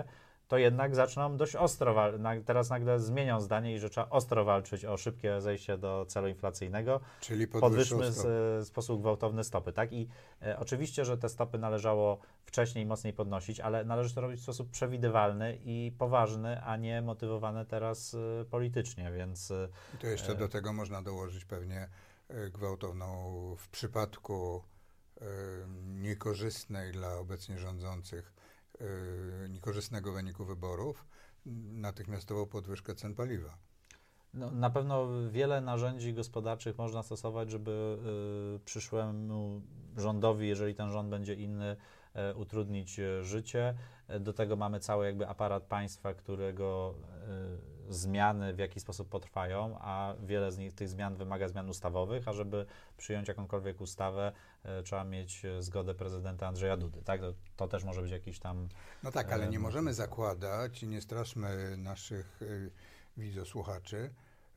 to jednak zaczną dość ostro, teraz nagle zmienią zdanie i że trzeba ostro walczyć o szybkie zejście do celu inflacyjnego. Czyli podwyższmy w sposób gwałtowny stopy, tak? I oczywiście, że te stopy należało wcześniej mocniej podnosić, ale należy to robić w sposób przewidywalny i poważny, a nie motywowany teraz politycznie, więc... I to jeszcze do tego można dołożyć pewnie gwałtowną w przypadku niekorzystnej dla obecnie rządzących, niekorzystnego wyniku wyborów, natychmiastową podwyżkę cen paliwa. No, na pewno wiele narzędzi gospodarczych można stosować, żeby przyszłemu rządowi, jeżeli ten rząd będzie inny, utrudnić życie. Do tego mamy cały jakby aparat państwa, którego zmiany w jakiś sposób potrwają, a wiele z nich, tych zmian wymaga zmian ustawowych, a żeby przyjąć jakąkolwiek ustawę, trzeba mieć zgodę prezydenta Andrzeja Dudy. Tak? To też może być jakiś tam... No tak, ale nie możemy zakładać i nie straszmy naszych widzosłuchaczy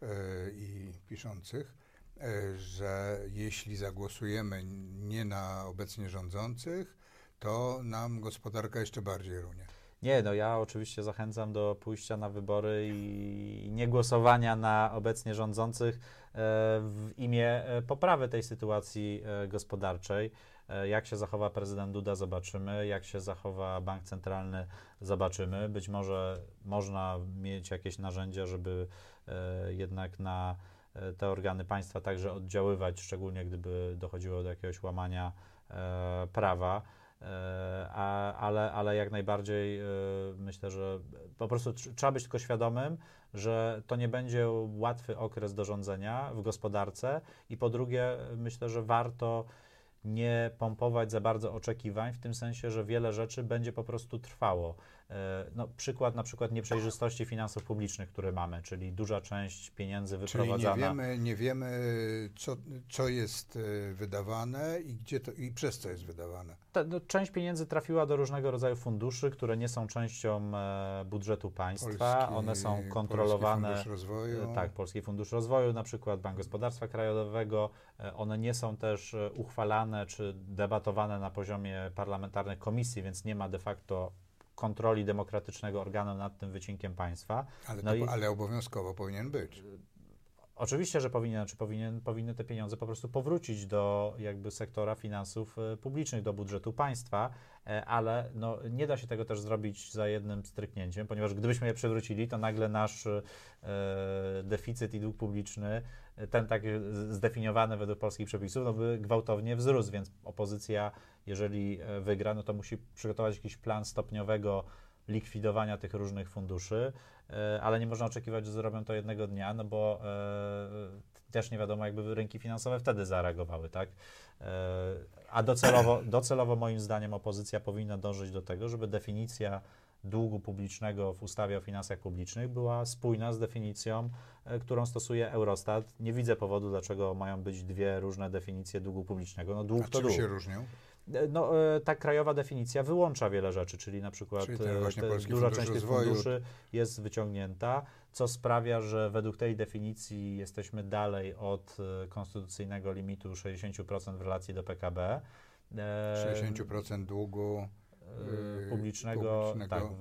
i piszących, że jeśli zagłosujemy nie na obecnie rządzących, to nam gospodarka jeszcze bardziej runie. Nie, no ja oczywiście zachęcam do pójścia na wybory i nie głosowania na obecnie rządzących w imię poprawy tej sytuacji gospodarczej. Jak się zachowa prezydent Duda, zobaczymy. Jak się zachowa bank centralny, zobaczymy. Być może można mieć jakieś narzędzia, żeby jednak na te organy państwa także oddziaływać, szczególnie gdyby dochodziło do jakiegoś łamania prawa. Ale jak najbardziej myślę, że po prostu trzeba być tylko świadomym, że to nie będzie łatwy okres do rządzenia w gospodarce i po drugie myślę, że warto nie pompować za bardzo oczekiwań, w tym sensie, że wiele rzeczy będzie po prostu trwało. No, przykład na przykład nieprzejrzystości finansów publicznych, które mamy, czyli duża część pieniędzy wyprowadzana. Czyli nie wiemy co jest wydawane i gdzie to, i przez co jest wydawane. Część pieniędzy trafiła do różnego rodzaju funduszy, które nie są częścią budżetu państwa. One są kontrolowane. Polski Fundusz Rozwoju. Tak, Polski Fundusz Rozwoju, na przykład Bank Gospodarstwa Krajowego. One nie są też uchwalane czy debatowane na poziomie parlamentarnej komisji, więc nie ma de facto kontroli demokratycznego organu nad tym wycinkiem państwa. Ale obowiązkowo powinien być. Oczywiście, że powinny te pieniądze po prostu powrócić do jakby sektora finansów publicznych, do budżetu państwa, ale no, nie da się tego też zrobić za jednym stryknięciem, ponieważ gdybyśmy je przywrócili, to nagle nasz deficyt i dług publiczny, ten tak zdefiniowany według polskich przepisów, no by gwałtownie wzrósł, więc opozycja, jeżeli wygra, no to musi przygotować jakiś plan stopniowego likwidowania tych różnych funduszy, ale nie można oczekiwać, że zrobią to jednego dnia, no bo też nie wiadomo, jakby rynki finansowe wtedy zareagowały, tak? A docelowo moim zdaniem opozycja powinna dążyć do tego, żeby definicja długu publicznego w ustawie o finansach publicznych była spójna z definicją, którą stosuje Eurostat. Nie widzę powodu, dlaczego mają być dwie różne definicje długu publicznego. No dług to dług. A czym się różnią? No, ta krajowa definicja wyłącza wiele rzeczy, czyli na przykład duża część tych funduszy jest wyciągnięta, co sprawia, że według tej definicji jesteśmy dalej od konstytucyjnego limitu 60% w relacji do PKB. 60% długu publicznego.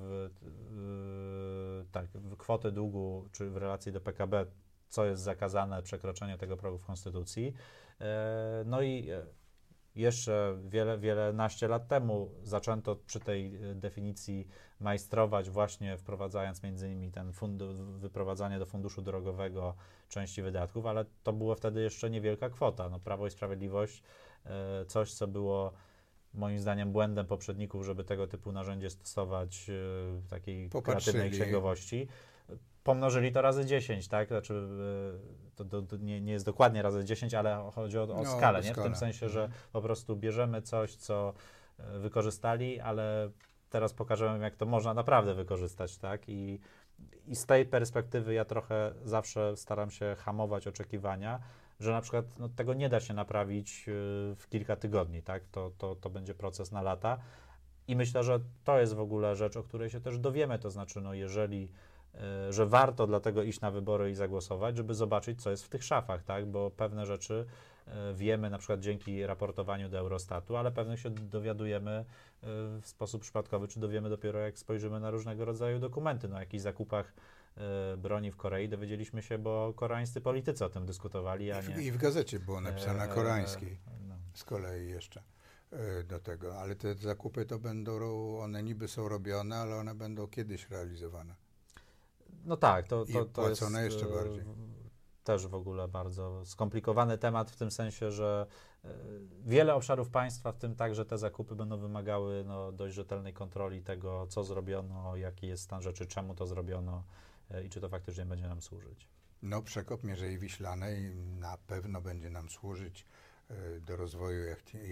Tak, w kwotę długu, czy w relacji do PKB, co jest zakazane, przekroczenie tego progu w Konstytucji. No i jeszcze wielenaście lat temu zaczęto przy tej definicji majstrować, właśnie wprowadzając między innymi ten wyprowadzanie do funduszu drogowego części wydatków, ale to było wtedy jeszcze niewielka kwota. No, Prawo i Sprawiedliwość, coś co było moim zdaniem błędem poprzedników, żeby tego typu narzędzie stosować w takiej kreatywnej księgowości. Pomnożyli to razy 10, tak? Znaczy, to nie jest dokładnie razy 10, ale chodzi o skalę, nie? W tym sensie, że po prostu bierzemy coś, co wykorzystali, ale teraz pokażemy, jak to można naprawdę wykorzystać, tak? I z tej perspektywy ja trochę zawsze staram się hamować oczekiwania, że na przykład tego nie da się naprawić w kilka tygodni, tak? To będzie proces na lata i myślę, że to jest w ogóle rzecz, o której się też dowiemy, to znaczy, że warto dlatego iść na wybory i zagłosować, żeby zobaczyć, co jest w tych szafach, tak? Bo pewne rzeczy wiemy na przykład dzięki raportowaniu do Eurostatu, ale pewnych się dowiadujemy w sposób przypadkowy, czy dowiemy dopiero jak spojrzymy na różnego rodzaju dokumenty. No, o jakichś zakupach broni w Korei dowiedzieliśmy się, bo koreańscy politycy o tym dyskutowali, a nie... I w gazecie było napisane koreańskiej no. z kolei jeszcze do tego. Ale te zakupy to będą, one niby są robione, ale one będą kiedyś realizowane. No tak, to płacone jest jeszcze bardziej. Też w ogóle bardzo skomplikowany temat w tym sensie, że wiele obszarów państwa, w tym także te zakupy będą wymagały dość rzetelnej kontroli tego, co zrobiono, jaki jest stan rzeczy, czemu to zrobiono i czy to faktycznie będzie nam służyć. No, przekop Mierzei Wiślanej na pewno będzie nam służyć do rozwoju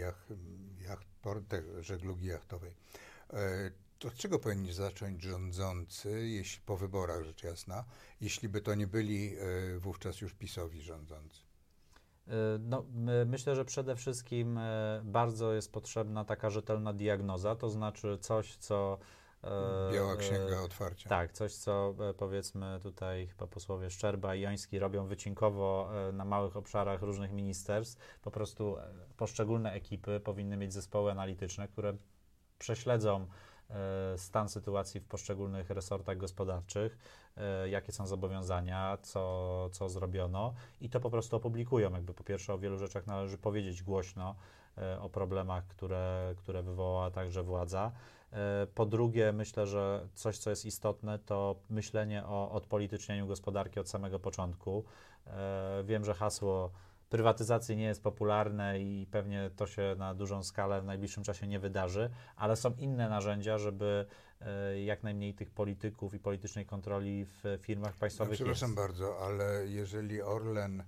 żeglugi jachtowej. To od czego powinni zacząć rządzący, jeśli po wyborach, rzecz jasna, jeśli by to nie byli wówczas już PiS-owi rządzący? No, myślę, że przede wszystkim bardzo jest potrzebna taka rzetelna diagnoza, to znaczy coś, co... Biała księga otwarcia. Tak, coś, co powiedzmy tutaj chyba posłowie Szczerba i Joński robią wycinkowo na małych obszarach różnych ministerstw. Po prostu poszczególne ekipy powinny mieć zespoły analityczne, które prześledzą stan sytuacji w poszczególnych resortach gospodarczych, jakie są zobowiązania, co zrobiono i to po prostu opublikują. Jakby po pierwsze o wielu rzeczach należy powiedzieć głośno, o problemach, które wywołała także władza. Po drugie, myślę, że coś, co jest istotne, to myślenie o odpolitycznieniu gospodarki od samego początku. Wiem, że hasło prywatyzacji nie jest popularne i pewnie to się na dużą skalę w najbliższym czasie nie wydarzy, ale są inne narzędzia, żeby jak najmniej tych polityków i politycznej kontroli w firmach państwowych Przepraszam bardzo, ale jeżeli Orlen,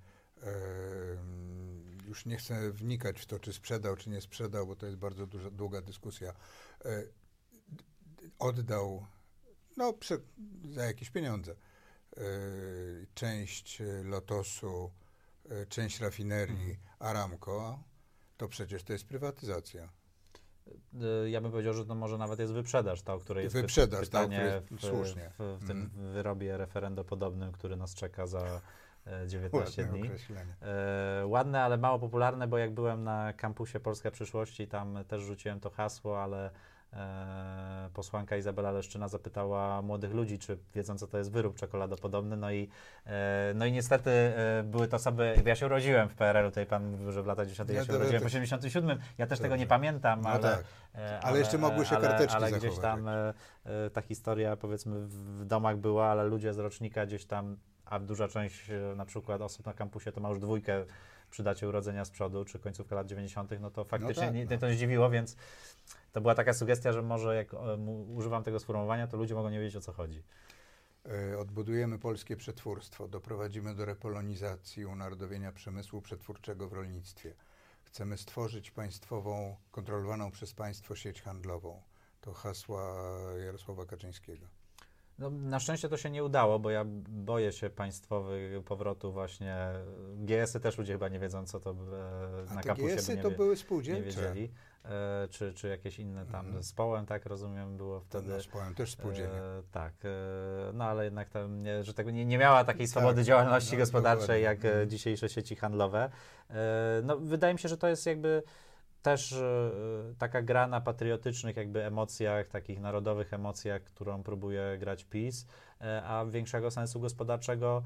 już nie chcę wnikać w to, czy sprzedał, czy nie sprzedał, bo to jest bardzo długa dyskusja, oddał za jakieś pieniądze część Lotosu, część rafinerii Aramco, to przecież to jest prywatyzacja. Ja bym powiedział, że to może nawet jest wyprzedaż, ta, o której jest pytanie słusznie. w tym wyrobie referendopodobnym, który nas czeka za 19 dni. Ładne, ale mało popularne, bo jak byłem na kampusie Polska Przyszłości, tam też rzuciłem to hasło, ale posłanka Izabela Leszczyna zapytała młodych ludzi, czy wiedzą, co to jest wyrób czekoladopodobny, no i niestety były to osoby, ja się urodziłem w PRL-u, tutaj pan mówił, że w latach 10. Ja się urodziłem w 87, ja też tego nie pamiętam, ale jeszcze mogły się karteczki ale zachować. Gdzieś tam ta historia, powiedzmy, w domach była, ale ludzie z rocznika gdzieś tam, a duża część na przykład osób na kampusie to ma już dwójkę przy dacie urodzenia z przodu, czy końcówkę lat 90., no to faktycznie to nie zdziwiło, więc to była taka sugestia, że może jak używam tego sformułowania, to ludzie mogą nie wiedzieć, o co chodzi. Odbudujemy polskie przetwórstwo, doprowadzimy do repolonizacji, unarodowienia przemysłu przetwórczego w rolnictwie. Chcemy stworzyć państwową, kontrolowaną przez państwo sieć handlową. To hasła Jarosława Kaczyńskiego. No, na szczęście to się nie udało, bo ja boję się państwowych powrotu właśnie. GS-y też ludzie chyba nie wiedzą, co to na kampusie GS-y to były spółdzielcze. Nie wiedzieli. Czy jakieś inne tam z Połem, tak rozumiem, było wtedy. No, z Połem też spółdzielnie. Tak, no ale jednak tam, że tego nie miała takiej swobody działalności gospodarczej jak dzisiejsze sieci handlowe. No, wydaje mi się, że to jest jakby też taka gra na patriotycznych jakby emocjach, takich narodowych emocjach, którą próbuje grać PiS, a większego sensu gospodarczego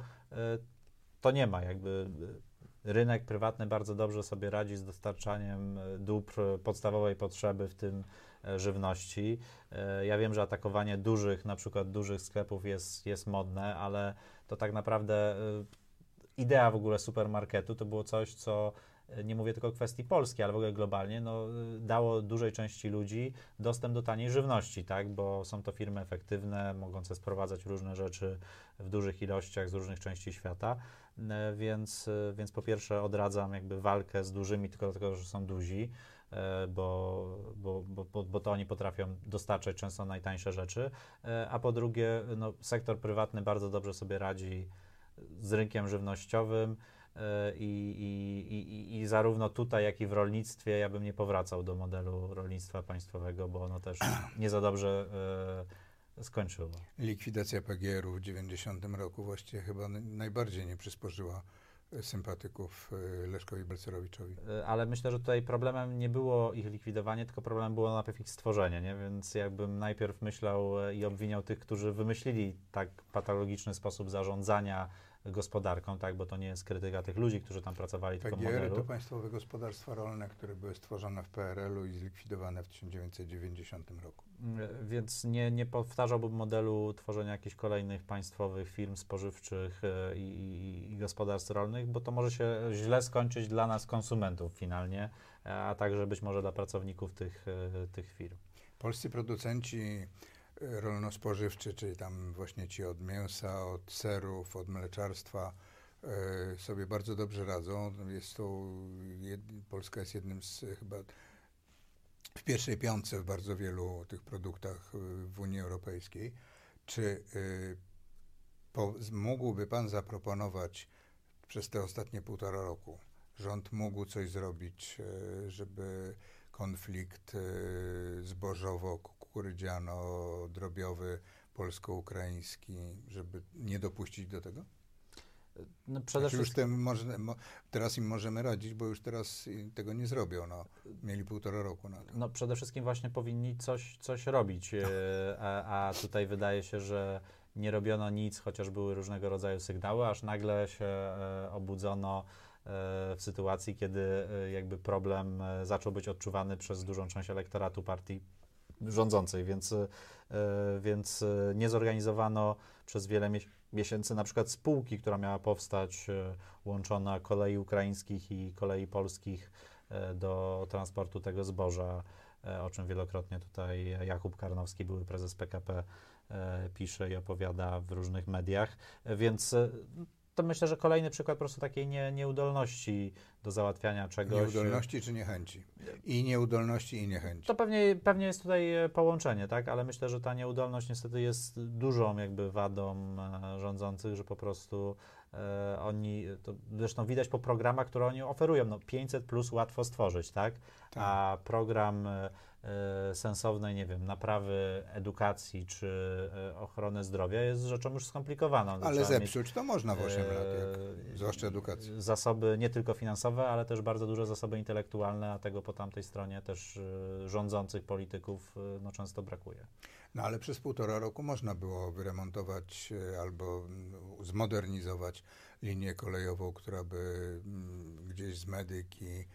to nie ma. Jakby rynek prywatny bardzo dobrze sobie radzi z dostarczaniem dóbr podstawowej potrzeby, w tym żywności. Ja wiem, że atakowanie na przykład dużych sklepów jest modne, ale to tak naprawdę idea w ogóle supermarketu to było coś, co nie mówię tylko o kwestii polskiej, ale w ogóle globalnie, dało dużej części ludzi dostęp do taniej żywności, tak? Bo są to firmy efektywne, mogące sprowadzać różne rzeczy w dużych ilościach z różnych części świata, więc po pierwsze odradzam jakby walkę z dużymi tylko dlatego, że są duzi, bo to oni potrafią dostarczać często najtańsze rzeczy, a po drugie sektor prywatny bardzo dobrze sobie radzi z rynkiem żywnościowym, i zarówno tutaj, jak i w rolnictwie ja bym nie powracał do modelu rolnictwa państwowego, bo ono też nie za dobrze skończyło. Likwidacja PGR-u w 90 roku właściwie chyba najbardziej nie przysporzyła sympatyków Leszkowi Balcerowiczowi. Ale myślę, że tutaj problemem nie było ich likwidowanie, tylko problemem było najpierw ich stworzenie, nie? Więc jakbym najpierw myślał i obwiniał tych, którzy wymyślili tak patologiczny sposób zarządzania gospodarką, tak, bo to nie jest krytyka tych ludzi, którzy tam pracowali, tylko PGR modelu. to państwowe gospodarstwa rolne, które były stworzone w PRL-u i zlikwidowane w 1990 roku. Więc nie powtarzałbym modelu tworzenia jakichś kolejnych państwowych firm spożywczych i gospodarstw rolnych, bo to może się źle skończyć dla nas, konsumentów finalnie, a także być może dla pracowników tych firm. Polscy producenci rolno-spożywczy, czyli tam właśnie ci od mięsa, od serów, od mleczarstwa, sobie bardzo dobrze radzą. Polska jest jednym z chyba w pierwszej piątce w bardzo wielu tych produktach w Unii Europejskiej. Czy mógłby Pan zaproponować przez te ostatnie 1,5 roku, rząd mógł coś zrobić, żeby konflikt zbożowo-kukurydziano-drobiowy, polsko-ukraiński, żeby nie dopuścić do tego? No przede Znaczy wszystkim... teraz im możemy radzić, bo już teraz tego nie zrobią. No, mieli 1,5 roku na to. No przede wszystkim właśnie powinni coś robić, a tutaj wydaje się, że nie robiono nic, chociaż były różnego rodzaju sygnały, aż nagle się obudzono w sytuacji, kiedy jakby problem zaczął być odczuwany przez dużą część elektoratu partii rządzącej, więc nie zorganizowano przez wiele miesięcy na przykład spółki, która miała powstać łączona kolei ukraińskich i kolei polskich do transportu tego zboża, o czym wielokrotnie tutaj Jakub Karnowski, były prezes PKP, pisze i opowiada w różnych mediach, więc to myślę, że kolejny przykład po prostu takiej nieudolności do załatwiania czegoś. Nieudolności czy niechęci? I nieudolności, i niechęci. To pewnie jest tutaj połączenie, tak? Ale myślę, że ta nieudolność niestety jest dużą jakby wadą rządzących, że po prostu oni, to zresztą widać po programach, które oni oferują, no 500+ łatwo stworzyć, tak? A program sensownej, nie wiem, naprawy edukacji czy ochrony zdrowia jest rzeczą już skomplikowaną. Ale zepsuć to można w 8 lat, zwłaszcza edukacji. Zasoby nie tylko finansowe, ale też bardzo duże zasoby intelektualne, a tego po tamtej stronie też rządzących polityków no, często brakuje. No ale przez 1,5 roku można było wyremontować albo zmodernizować linię kolejową, która by gdzieś z Medyki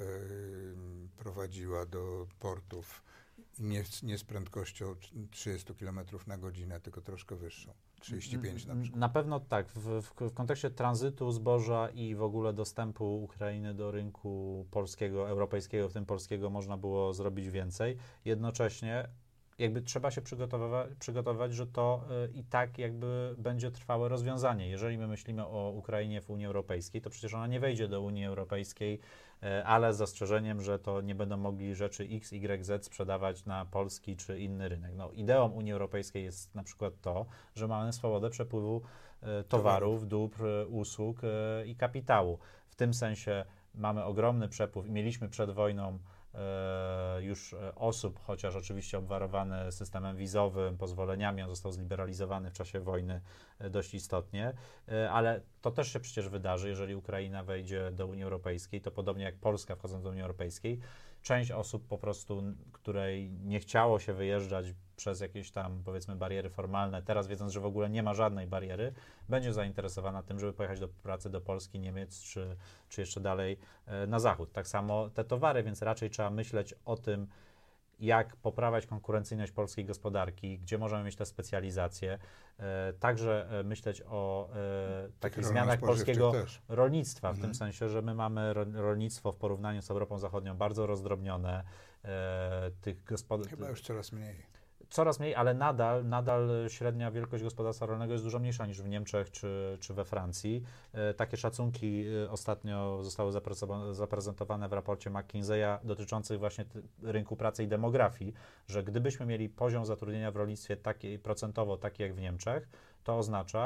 prowadziła do portów nie z prędkością 30 km na godzinę, tylko troszkę wyższą, 35 na przykład. Na pewno tak. W kontekście tranzytu zboża i w ogóle dostępu Ukrainy do rynku polskiego, europejskiego, w tym polskiego, można było zrobić więcej. Jednocześnie jakby trzeba się przygotowywać, że to i tak jakby będzie trwałe rozwiązanie. Jeżeli my myślimy o Ukrainie w Unii Europejskiej, to przecież ona nie wejdzie do Unii Europejskiej, ale z zastrzeżeniem, że to nie będą mogli rzeczy X, Y, Z sprzedawać na polski czy inny rynek. No, ideą Unii Europejskiej jest na przykład to, że mamy swobodę przepływu towarów, dóbr, usług i kapitału. W tym sensie mamy ogromny przepływ i mieliśmy przed wojną już osób, chociaż oczywiście obwarowany systemem wizowym, pozwoleniami, on został zliberalizowany w czasie wojny dość istotnie, ale to też się przecież wydarzy, jeżeli Ukraina wejdzie do Unii Europejskiej, to podobnie jak Polska wchodząc do Unii Europejskiej, część osób po prostu, której nie chciało się wyjeżdżać przez jakieś tam, powiedzmy, bariery formalne, teraz wiedząc, że w ogóle nie ma żadnej bariery, będzie zainteresowana tym, żeby pojechać do pracy do Polski, Niemiec czy jeszcze dalej na zachód. Tak samo te towary, więc raczej trzeba myśleć o tym, jak poprawiać konkurencyjność polskiej gospodarki, gdzie możemy mieć te specjalizacje, także myśleć o takich zmianach polskiego rolnictwa, w tym sensie, że my mamy rolnictwo w porównaniu z Europą Zachodnią bardzo rozdrobnione. Chyba już coraz mniej. Coraz mniej, ale nadal średnia wielkość gospodarstwa rolnego jest dużo mniejsza niż w Niemczech czy we Francji. Takie szacunki ostatnio zostały zaprezentowane w raporcie McKinseya dotyczących właśnie rynku pracy i demografii, że gdybyśmy mieli poziom zatrudnienia w rolnictwie procentowo taki jak w Niemczech, to oznacza,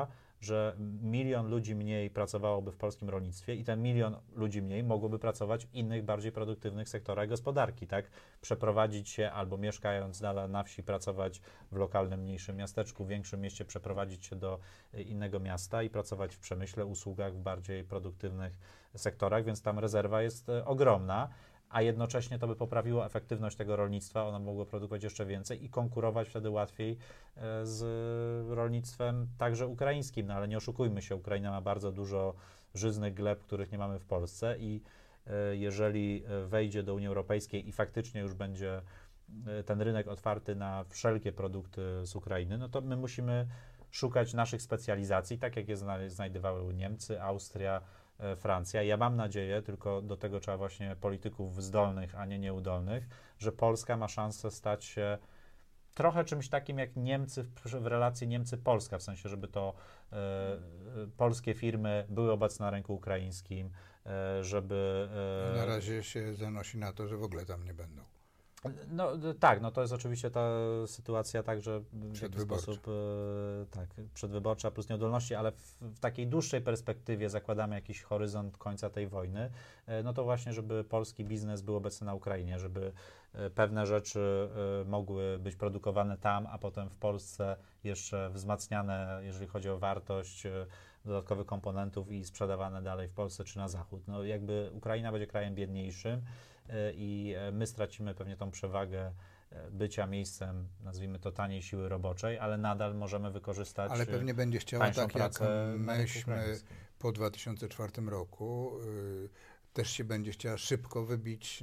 że 1 milion ludzi mniej pracowałoby w polskim rolnictwie i ten 1 milion ludzi mniej mogłoby pracować w innych, bardziej produktywnych sektorach gospodarki, tak? Przeprowadzić się albo mieszkając dalej na wsi, pracować w lokalnym, mniejszym miasteczku, w większym mieście, przeprowadzić się do innego miasta i pracować w przemyśle, usługach, w bardziej produktywnych sektorach, więc tam rezerwa jest ogromna, a jednocześnie to by poprawiło efektywność tego rolnictwa, ono mogło produkować jeszcze więcej i konkurować wtedy łatwiej z rolnictwem także ukraińskim, no ale nie oszukujmy się, Ukraina ma bardzo dużo żyznych gleb, których nie mamy w Polsce i jeżeli wejdzie do Unii Europejskiej i faktycznie już będzie ten rynek otwarty na wszelkie produkty z Ukrainy, no to my musimy szukać naszych specjalizacji, tak jak je znajdowały Niemcy, Austria, Francja. Ja mam nadzieję, tylko do tego trzeba właśnie polityków zdolnych, a nie nieudolnych, że Polska ma szansę stać się trochę czymś takim jak Niemcy w relacji Niemcy-Polska, w sensie, żeby to polskie firmy były obecne na rynku ukraińskim, żeby... Na razie się zanosi na to, że w ogóle tam nie będą. No tak, no to jest oczywiście ta sytuacja także w jakiś sposób tak, przedwyborcza plus nieudolności, ale w takiej dłuższej perspektywie zakładamy jakiś horyzont końca tej wojny, no to właśnie, żeby polski biznes był obecny na Ukrainie, żeby pewne rzeczy mogły być produkowane tam, a potem w Polsce jeszcze wzmacniane, jeżeli chodzi o wartość dodatkowych komponentów i sprzedawane dalej w Polsce czy na zachód. No jakby Ukraina będzie krajem biedniejszym i my stracimy pewnie tą przewagę bycia miejscem, nazwijmy to taniej siły roboczej, ale nadal możemy wykorzystać. Ale pewnie będzie chciała, tak jak myśmy po 2004 roku, też się będzie chciała szybko wybić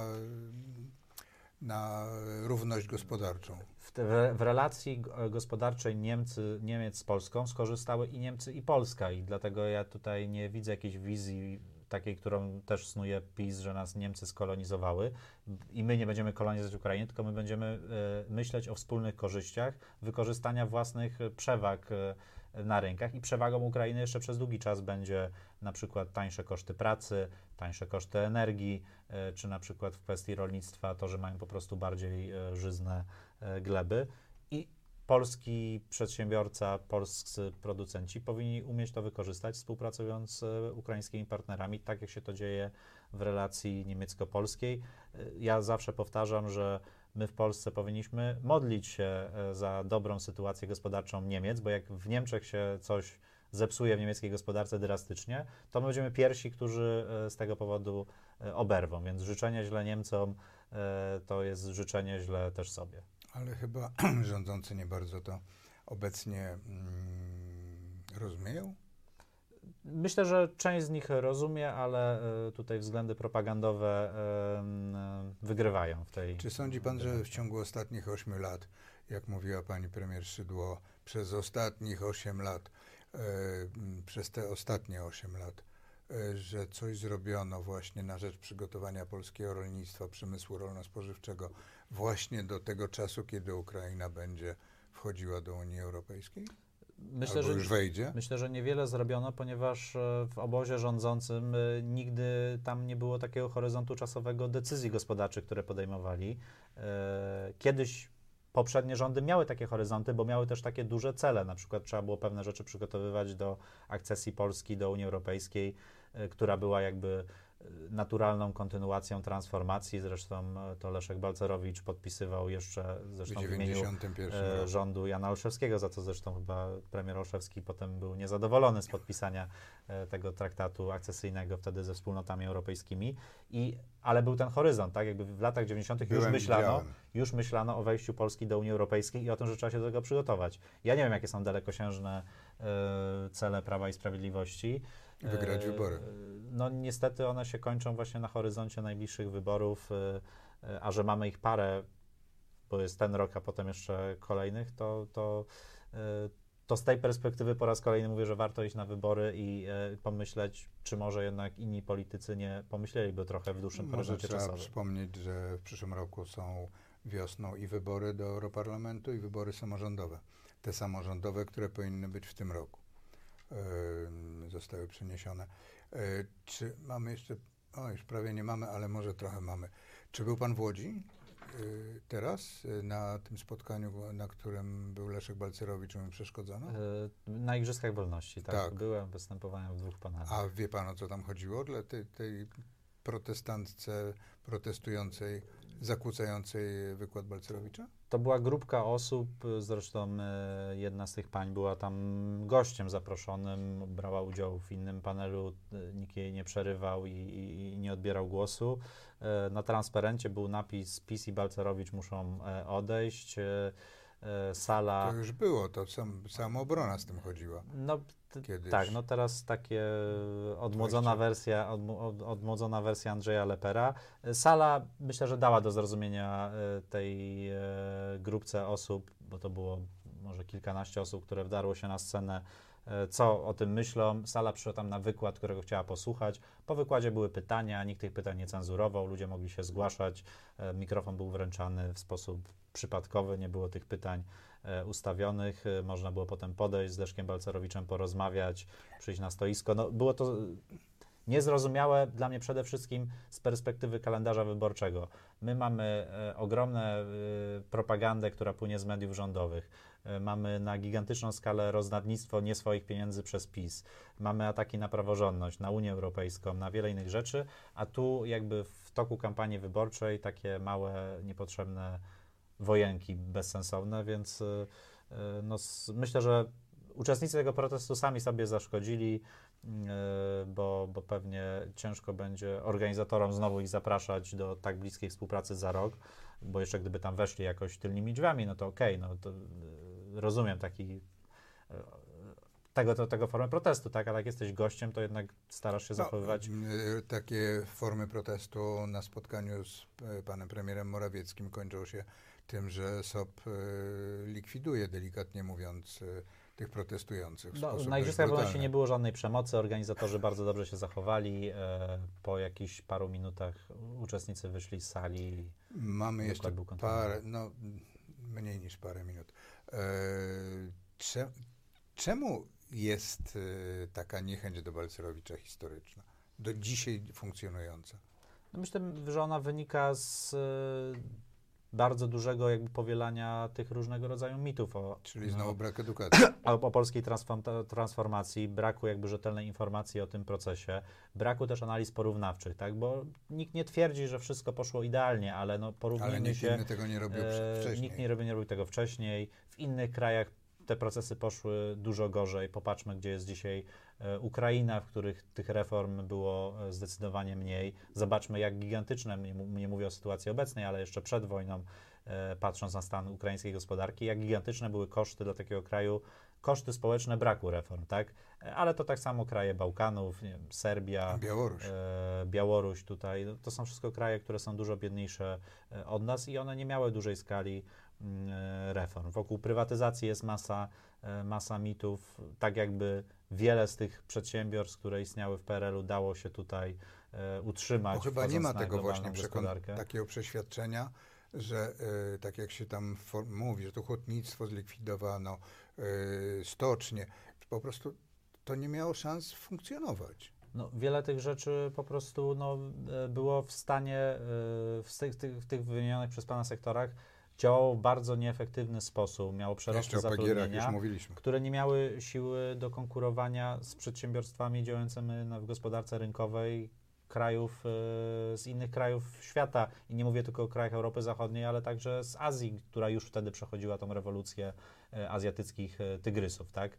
na równość gospodarczą. W relacji gospodarczej Niemiec z Polską skorzystały i Niemcy, i Polska i dlatego ja tutaj nie widzę jakiejś wizji takiej, którą też snuje PiS, że nas Niemcy skolonizowały i my nie będziemy kolonizować Ukrainy, tylko my będziemy myśleć o wspólnych korzyściach, wykorzystania własnych przewag na rynkach i przewagą Ukrainy jeszcze przez długi czas będzie na przykład tańsze koszty pracy, tańsze koszty energii, czy na przykład w kwestii rolnictwa to, że mają po prostu bardziej żyzne gleby i polski przedsiębiorca, polscy producenci powinni umieć to wykorzystać, współpracując z ukraińskimi partnerami, tak jak się to dzieje w relacji niemiecko-polskiej. Ja zawsze powtarzam, że my w Polsce powinniśmy modlić się za dobrą sytuację gospodarczą Niemiec, bo jak w Niemczech się coś zepsuje w niemieckiej gospodarce drastycznie, to my będziemy pierwsi, którzy z tego powodu oberwą. Więc życzenie źle Niemcom to jest życzenie źle też sobie. Ale chyba rządzący nie bardzo to obecnie rozumieją? Myślę, że część z nich rozumie, ale tutaj względy propagandowe wygrywają w tej... Czy sądzi pan, że w ciągu ostatnich 8 lat, jak mówiła pani premier Szydło, przez ostatnich 8 lat, przez te ostatnie 8 lat, że coś zrobiono właśnie na rzecz przygotowania polskiego rolnictwa, przemysłu rolno-spożywczego właśnie do tego czasu, kiedy Ukraina będzie wchodziła do Unii Europejskiej? Myślę, albo już wejdzie? Myślę, że niewiele zrobiono, ponieważ w obozie rządzącym nigdy tam nie było takiego horyzontu czasowego decyzji gospodarczych, które podejmowali. Kiedyś poprzednie rządy miały takie horyzonty, bo miały też takie duże cele. Na przykład trzeba było pewne rzeczy przygotowywać do akcesji Polski do Unii Europejskiej, która była jakby naturalną kontynuacją transformacji. Zresztą to Leszek Balcerowicz podpisywał jeszcze zresztą w imieniu rządu Jana Olszewskiego, za co zresztą chyba premier Olszewski potem był niezadowolony z podpisania tego traktatu akcesyjnego wtedy ze wspólnotami europejskimi. Ale był ten horyzont, tak? Jakby w latach 90. już myślano o wejściu Polski do Unii Europejskiej i o tym, że trzeba się do tego przygotować. Ja nie wiem, jakie są dalekosiężne cele Prawa i Sprawiedliwości. Wygrać wybory. No niestety one się kończą właśnie na horyzoncie najbliższych wyborów, a że mamy ich parę, bo jest ten rok, a potem jeszcze kolejnych, to z tej perspektywy po raz kolejny mówię, że warto iść na wybory i pomyśleć, czy może jednak inni politycy nie pomyśleliby trochę w dłuższym horyzoncie czasowym. Trzeba przypomnieć, że w przyszłym roku są wiosną i wybory do Europarlamentu, i wybory samorządowe. Te samorządowe, które powinny być w tym roku. Zostały przeniesione. Czy mamy jeszcze, już prawie nie mamy, ale może trochę mamy. Czy był pan w Łodzi? teraz na tym spotkaniu, na którym był Leszek Balcerowicz, mu przeszkodzono? Na Igrzyskach Wolności, tak. Tak. Byłem, występowałem w 2 panelach. A wie pan, o co tam chodziło? Dla tej protestantce protestującej, zakłócającej wykład Balcerowicza? To była grupka osób, zresztą jedna z tych pań była tam gościem zaproszonym, brała udział w innym panelu, nikt jej nie przerywał i nie odbierał głosu. Na transparencie był napis PiS i Balcerowicz muszą odejść. Sala... To już było, to samoobrona z tym chodziła. No, Kiedyś. tak, no teraz takie odmłodzona wersja Andrzeja Lepera. Sala, myślę, że dała do zrozumienia tej grupce osób, bo to było może kilkanaście osób, które wdarło się na scenę, co o tym myślą. Sala przyszła tam na wykład, którego chciała posłuchać. Po wykładzie były pytania, nikt tych pytań nie cenzurował, ludzie mogli się zgłaszać, mikrofon był wręczany w sposób przypadkowy, nie było tych pytań ustawionych, można było potem podejść z Leszkiem Balcerowiczem, porozmawiać, przyjść na stoisko. No, było to niezrozumiałe dla mnie przede wszystkim z perspektywy kalendarza wyborczego. My mamy ogromną propagandę, która płynie z mediów rządowych. Mamy na gigantyczną skalę rozdawnictwo nie swoich pieniędzy przez PiS. Mamy ataki na praworządność, na Unię Europejską, na wiele innych rzeczy, a tu jakby w toku kampanii wyborczej takie małe, niepotrzebne wojenki bezsensowne, więc no, myślę, że uczestnicy tego protestu sami sobie zaszkodzili, bo pewnie ciężko będzie organizatorom znowu ich zapraszać do tak bliskiej współpracy za rok, bo jeszcze gdyby tam weszli jakoś tylnymi drzwiami, no to okej, no to rozumiem tego formę protestu, tak? Ale jak jesteś gościem, to jednak starasz się zachowywać... Takie formy protestu na spotkaniu z panem premierem Morawieckim kończą się tym, że SOP likwiduje, delikatnie mówiąc, tych protestujących w sposób na Igrzyskach Wolności nie było żadnej przemocy, organizatorzy bardzo dobrze się zachowali. Po jakichś paru minutach uczestnicy wyszli z sali. Mamy jeszcze mniej niż parę minut. Czemu jest taka niechęć do Balcerowicza historyczna, do dzisiaj funkcjonująca? No myślę, że ona wynika z bardzo dużego jakby powielania tych różnego rodzaju mitów. Czyli znowu brak edukacji. O polskiej transformacji, braku jakby rzetelnej informacji o tym procesie, braku też analiz porównawczych, tak? Bo nikt nie twierdzi, że wszystko poszło idealnie, ale no porównujmy się... Ale nikt tego nie robił wcześniej. Nikt nie robił tego wcześniej. W innych krajach te procesy poszły dużo gorzej. Popatrzmy, gdzie jest dzisiaj Ukraina, w których tych reform było zdecydowanie mniej. Zobaczmy, jak gigantyczne, nie mówię o sytuacji obecnej, ale jeszcze przed wojną, patrząc na stan ukraińskiej gospodarki, jak gigantyczne były koszty dla takiego kraju, koszty społeczne braku reform, tak? Ale to tak samo kraje Bałkanów, nie wiem, Serbia, Białoruś tutaj, no, to są wszystko kraje, które są dużo biedniejsze od nas i one nie miały dużej skali reform. Wokół prywatyzacji jest masa mitów, tak jakby wiele z tych przedsiębiorstw, które istniały w PRL-u, dało się tutaj utrzymać. Bo chyba nie ma tego właśnie gospodarkę. takiego przeświadczenia, że tak jak się tam mówi, że to hutnictwo zlikwidowano, stocznie, po prostu to nie miało szans funkcjonować. No, wiele tych rzeczy po prostu było w stanie, w tych wymienionych przez pana sektorach, działało w bardzo nieefektywny sposób, miało przerosty zatrudnienia, które nie miały siły do konkurowania z przedsiębiorstwami działającymi w gospodarce rynkowej krajów, z innych krajów świata. I nie mówię tylko o krajach Europy Zachodniej, ale także z Azji, która już wtedy przechodziła tą rewolucję azjatyckich tygrysów, tak?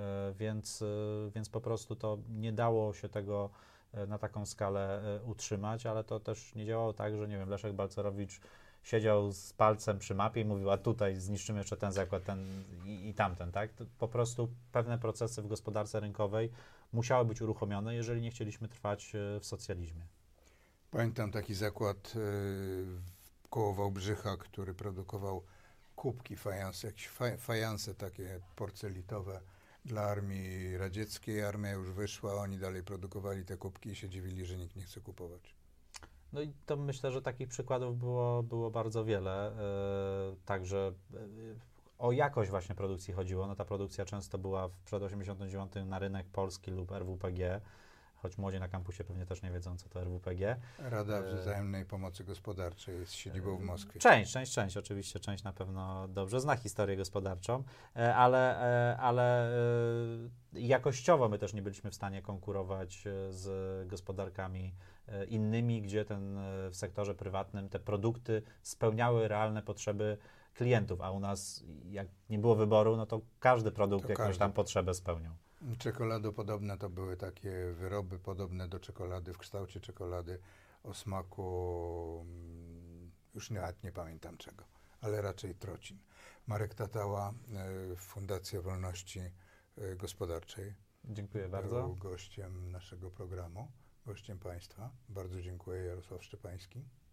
Więc po prostu to nie dało się tego na taką skalę utrzymać, ale to też nie działało tak, że nie wiem, Leszek Balcerowicz siedział z palcem przy mapie i mówił, a tutaj zniszczymy jeszcze ten zakład, ten i tamten, tak? To po prostu pewne procesy w gospodarce rynkowej musiały być uruchomione, jeżeli nie chcieliśmy trwać w socjalizmie. Pamiętam taki zakład koło Wałbrzycha, który produkował kubki, fajanse, jakieś fajanse takie porcelitowe dla armii radzieckiej. Armia już wyszła, oni dalej produkowali te kubki i się dziwili, że nikt nie chce kupować. No i to myślę, że takich przykładów było bardzo wiele. Także o jakość właśnie produkcji chodziło. No ta produkcja często była przed 89 na rynek polski lub RWPG. choć młodzi na kampusie pewnie też nie wiedzą, co to RWPG. Rada Wzajemnej Pomocy Gospodarczej jest siedzibą w Moskwie. Część, oczywiście, część na pewno dobrze zna historię gospodarczą, ale jakościowo my też nie byliśmy w stanie konkurować z gospodarkami innymi, gdzie w sektorze prywatnym te produkty spełniały realne potrzeby klientów, a u nas jak nie było wyboru, no to każdy produkt jakąś tam potrzebę spełniał. Czekoladopodobne to były takie wyroby podobne do czekolady, w kształcie czekolady, o smaku, już nawet nie pamiętam czego, ale raczej trocin. Marek Tatała, Fundacja Wolności Gospodarczej. Dziękuję bardzo. Był gościem naszego programu, gościem Państwa. Bardzo dziękuję, Jarosław Szczepański.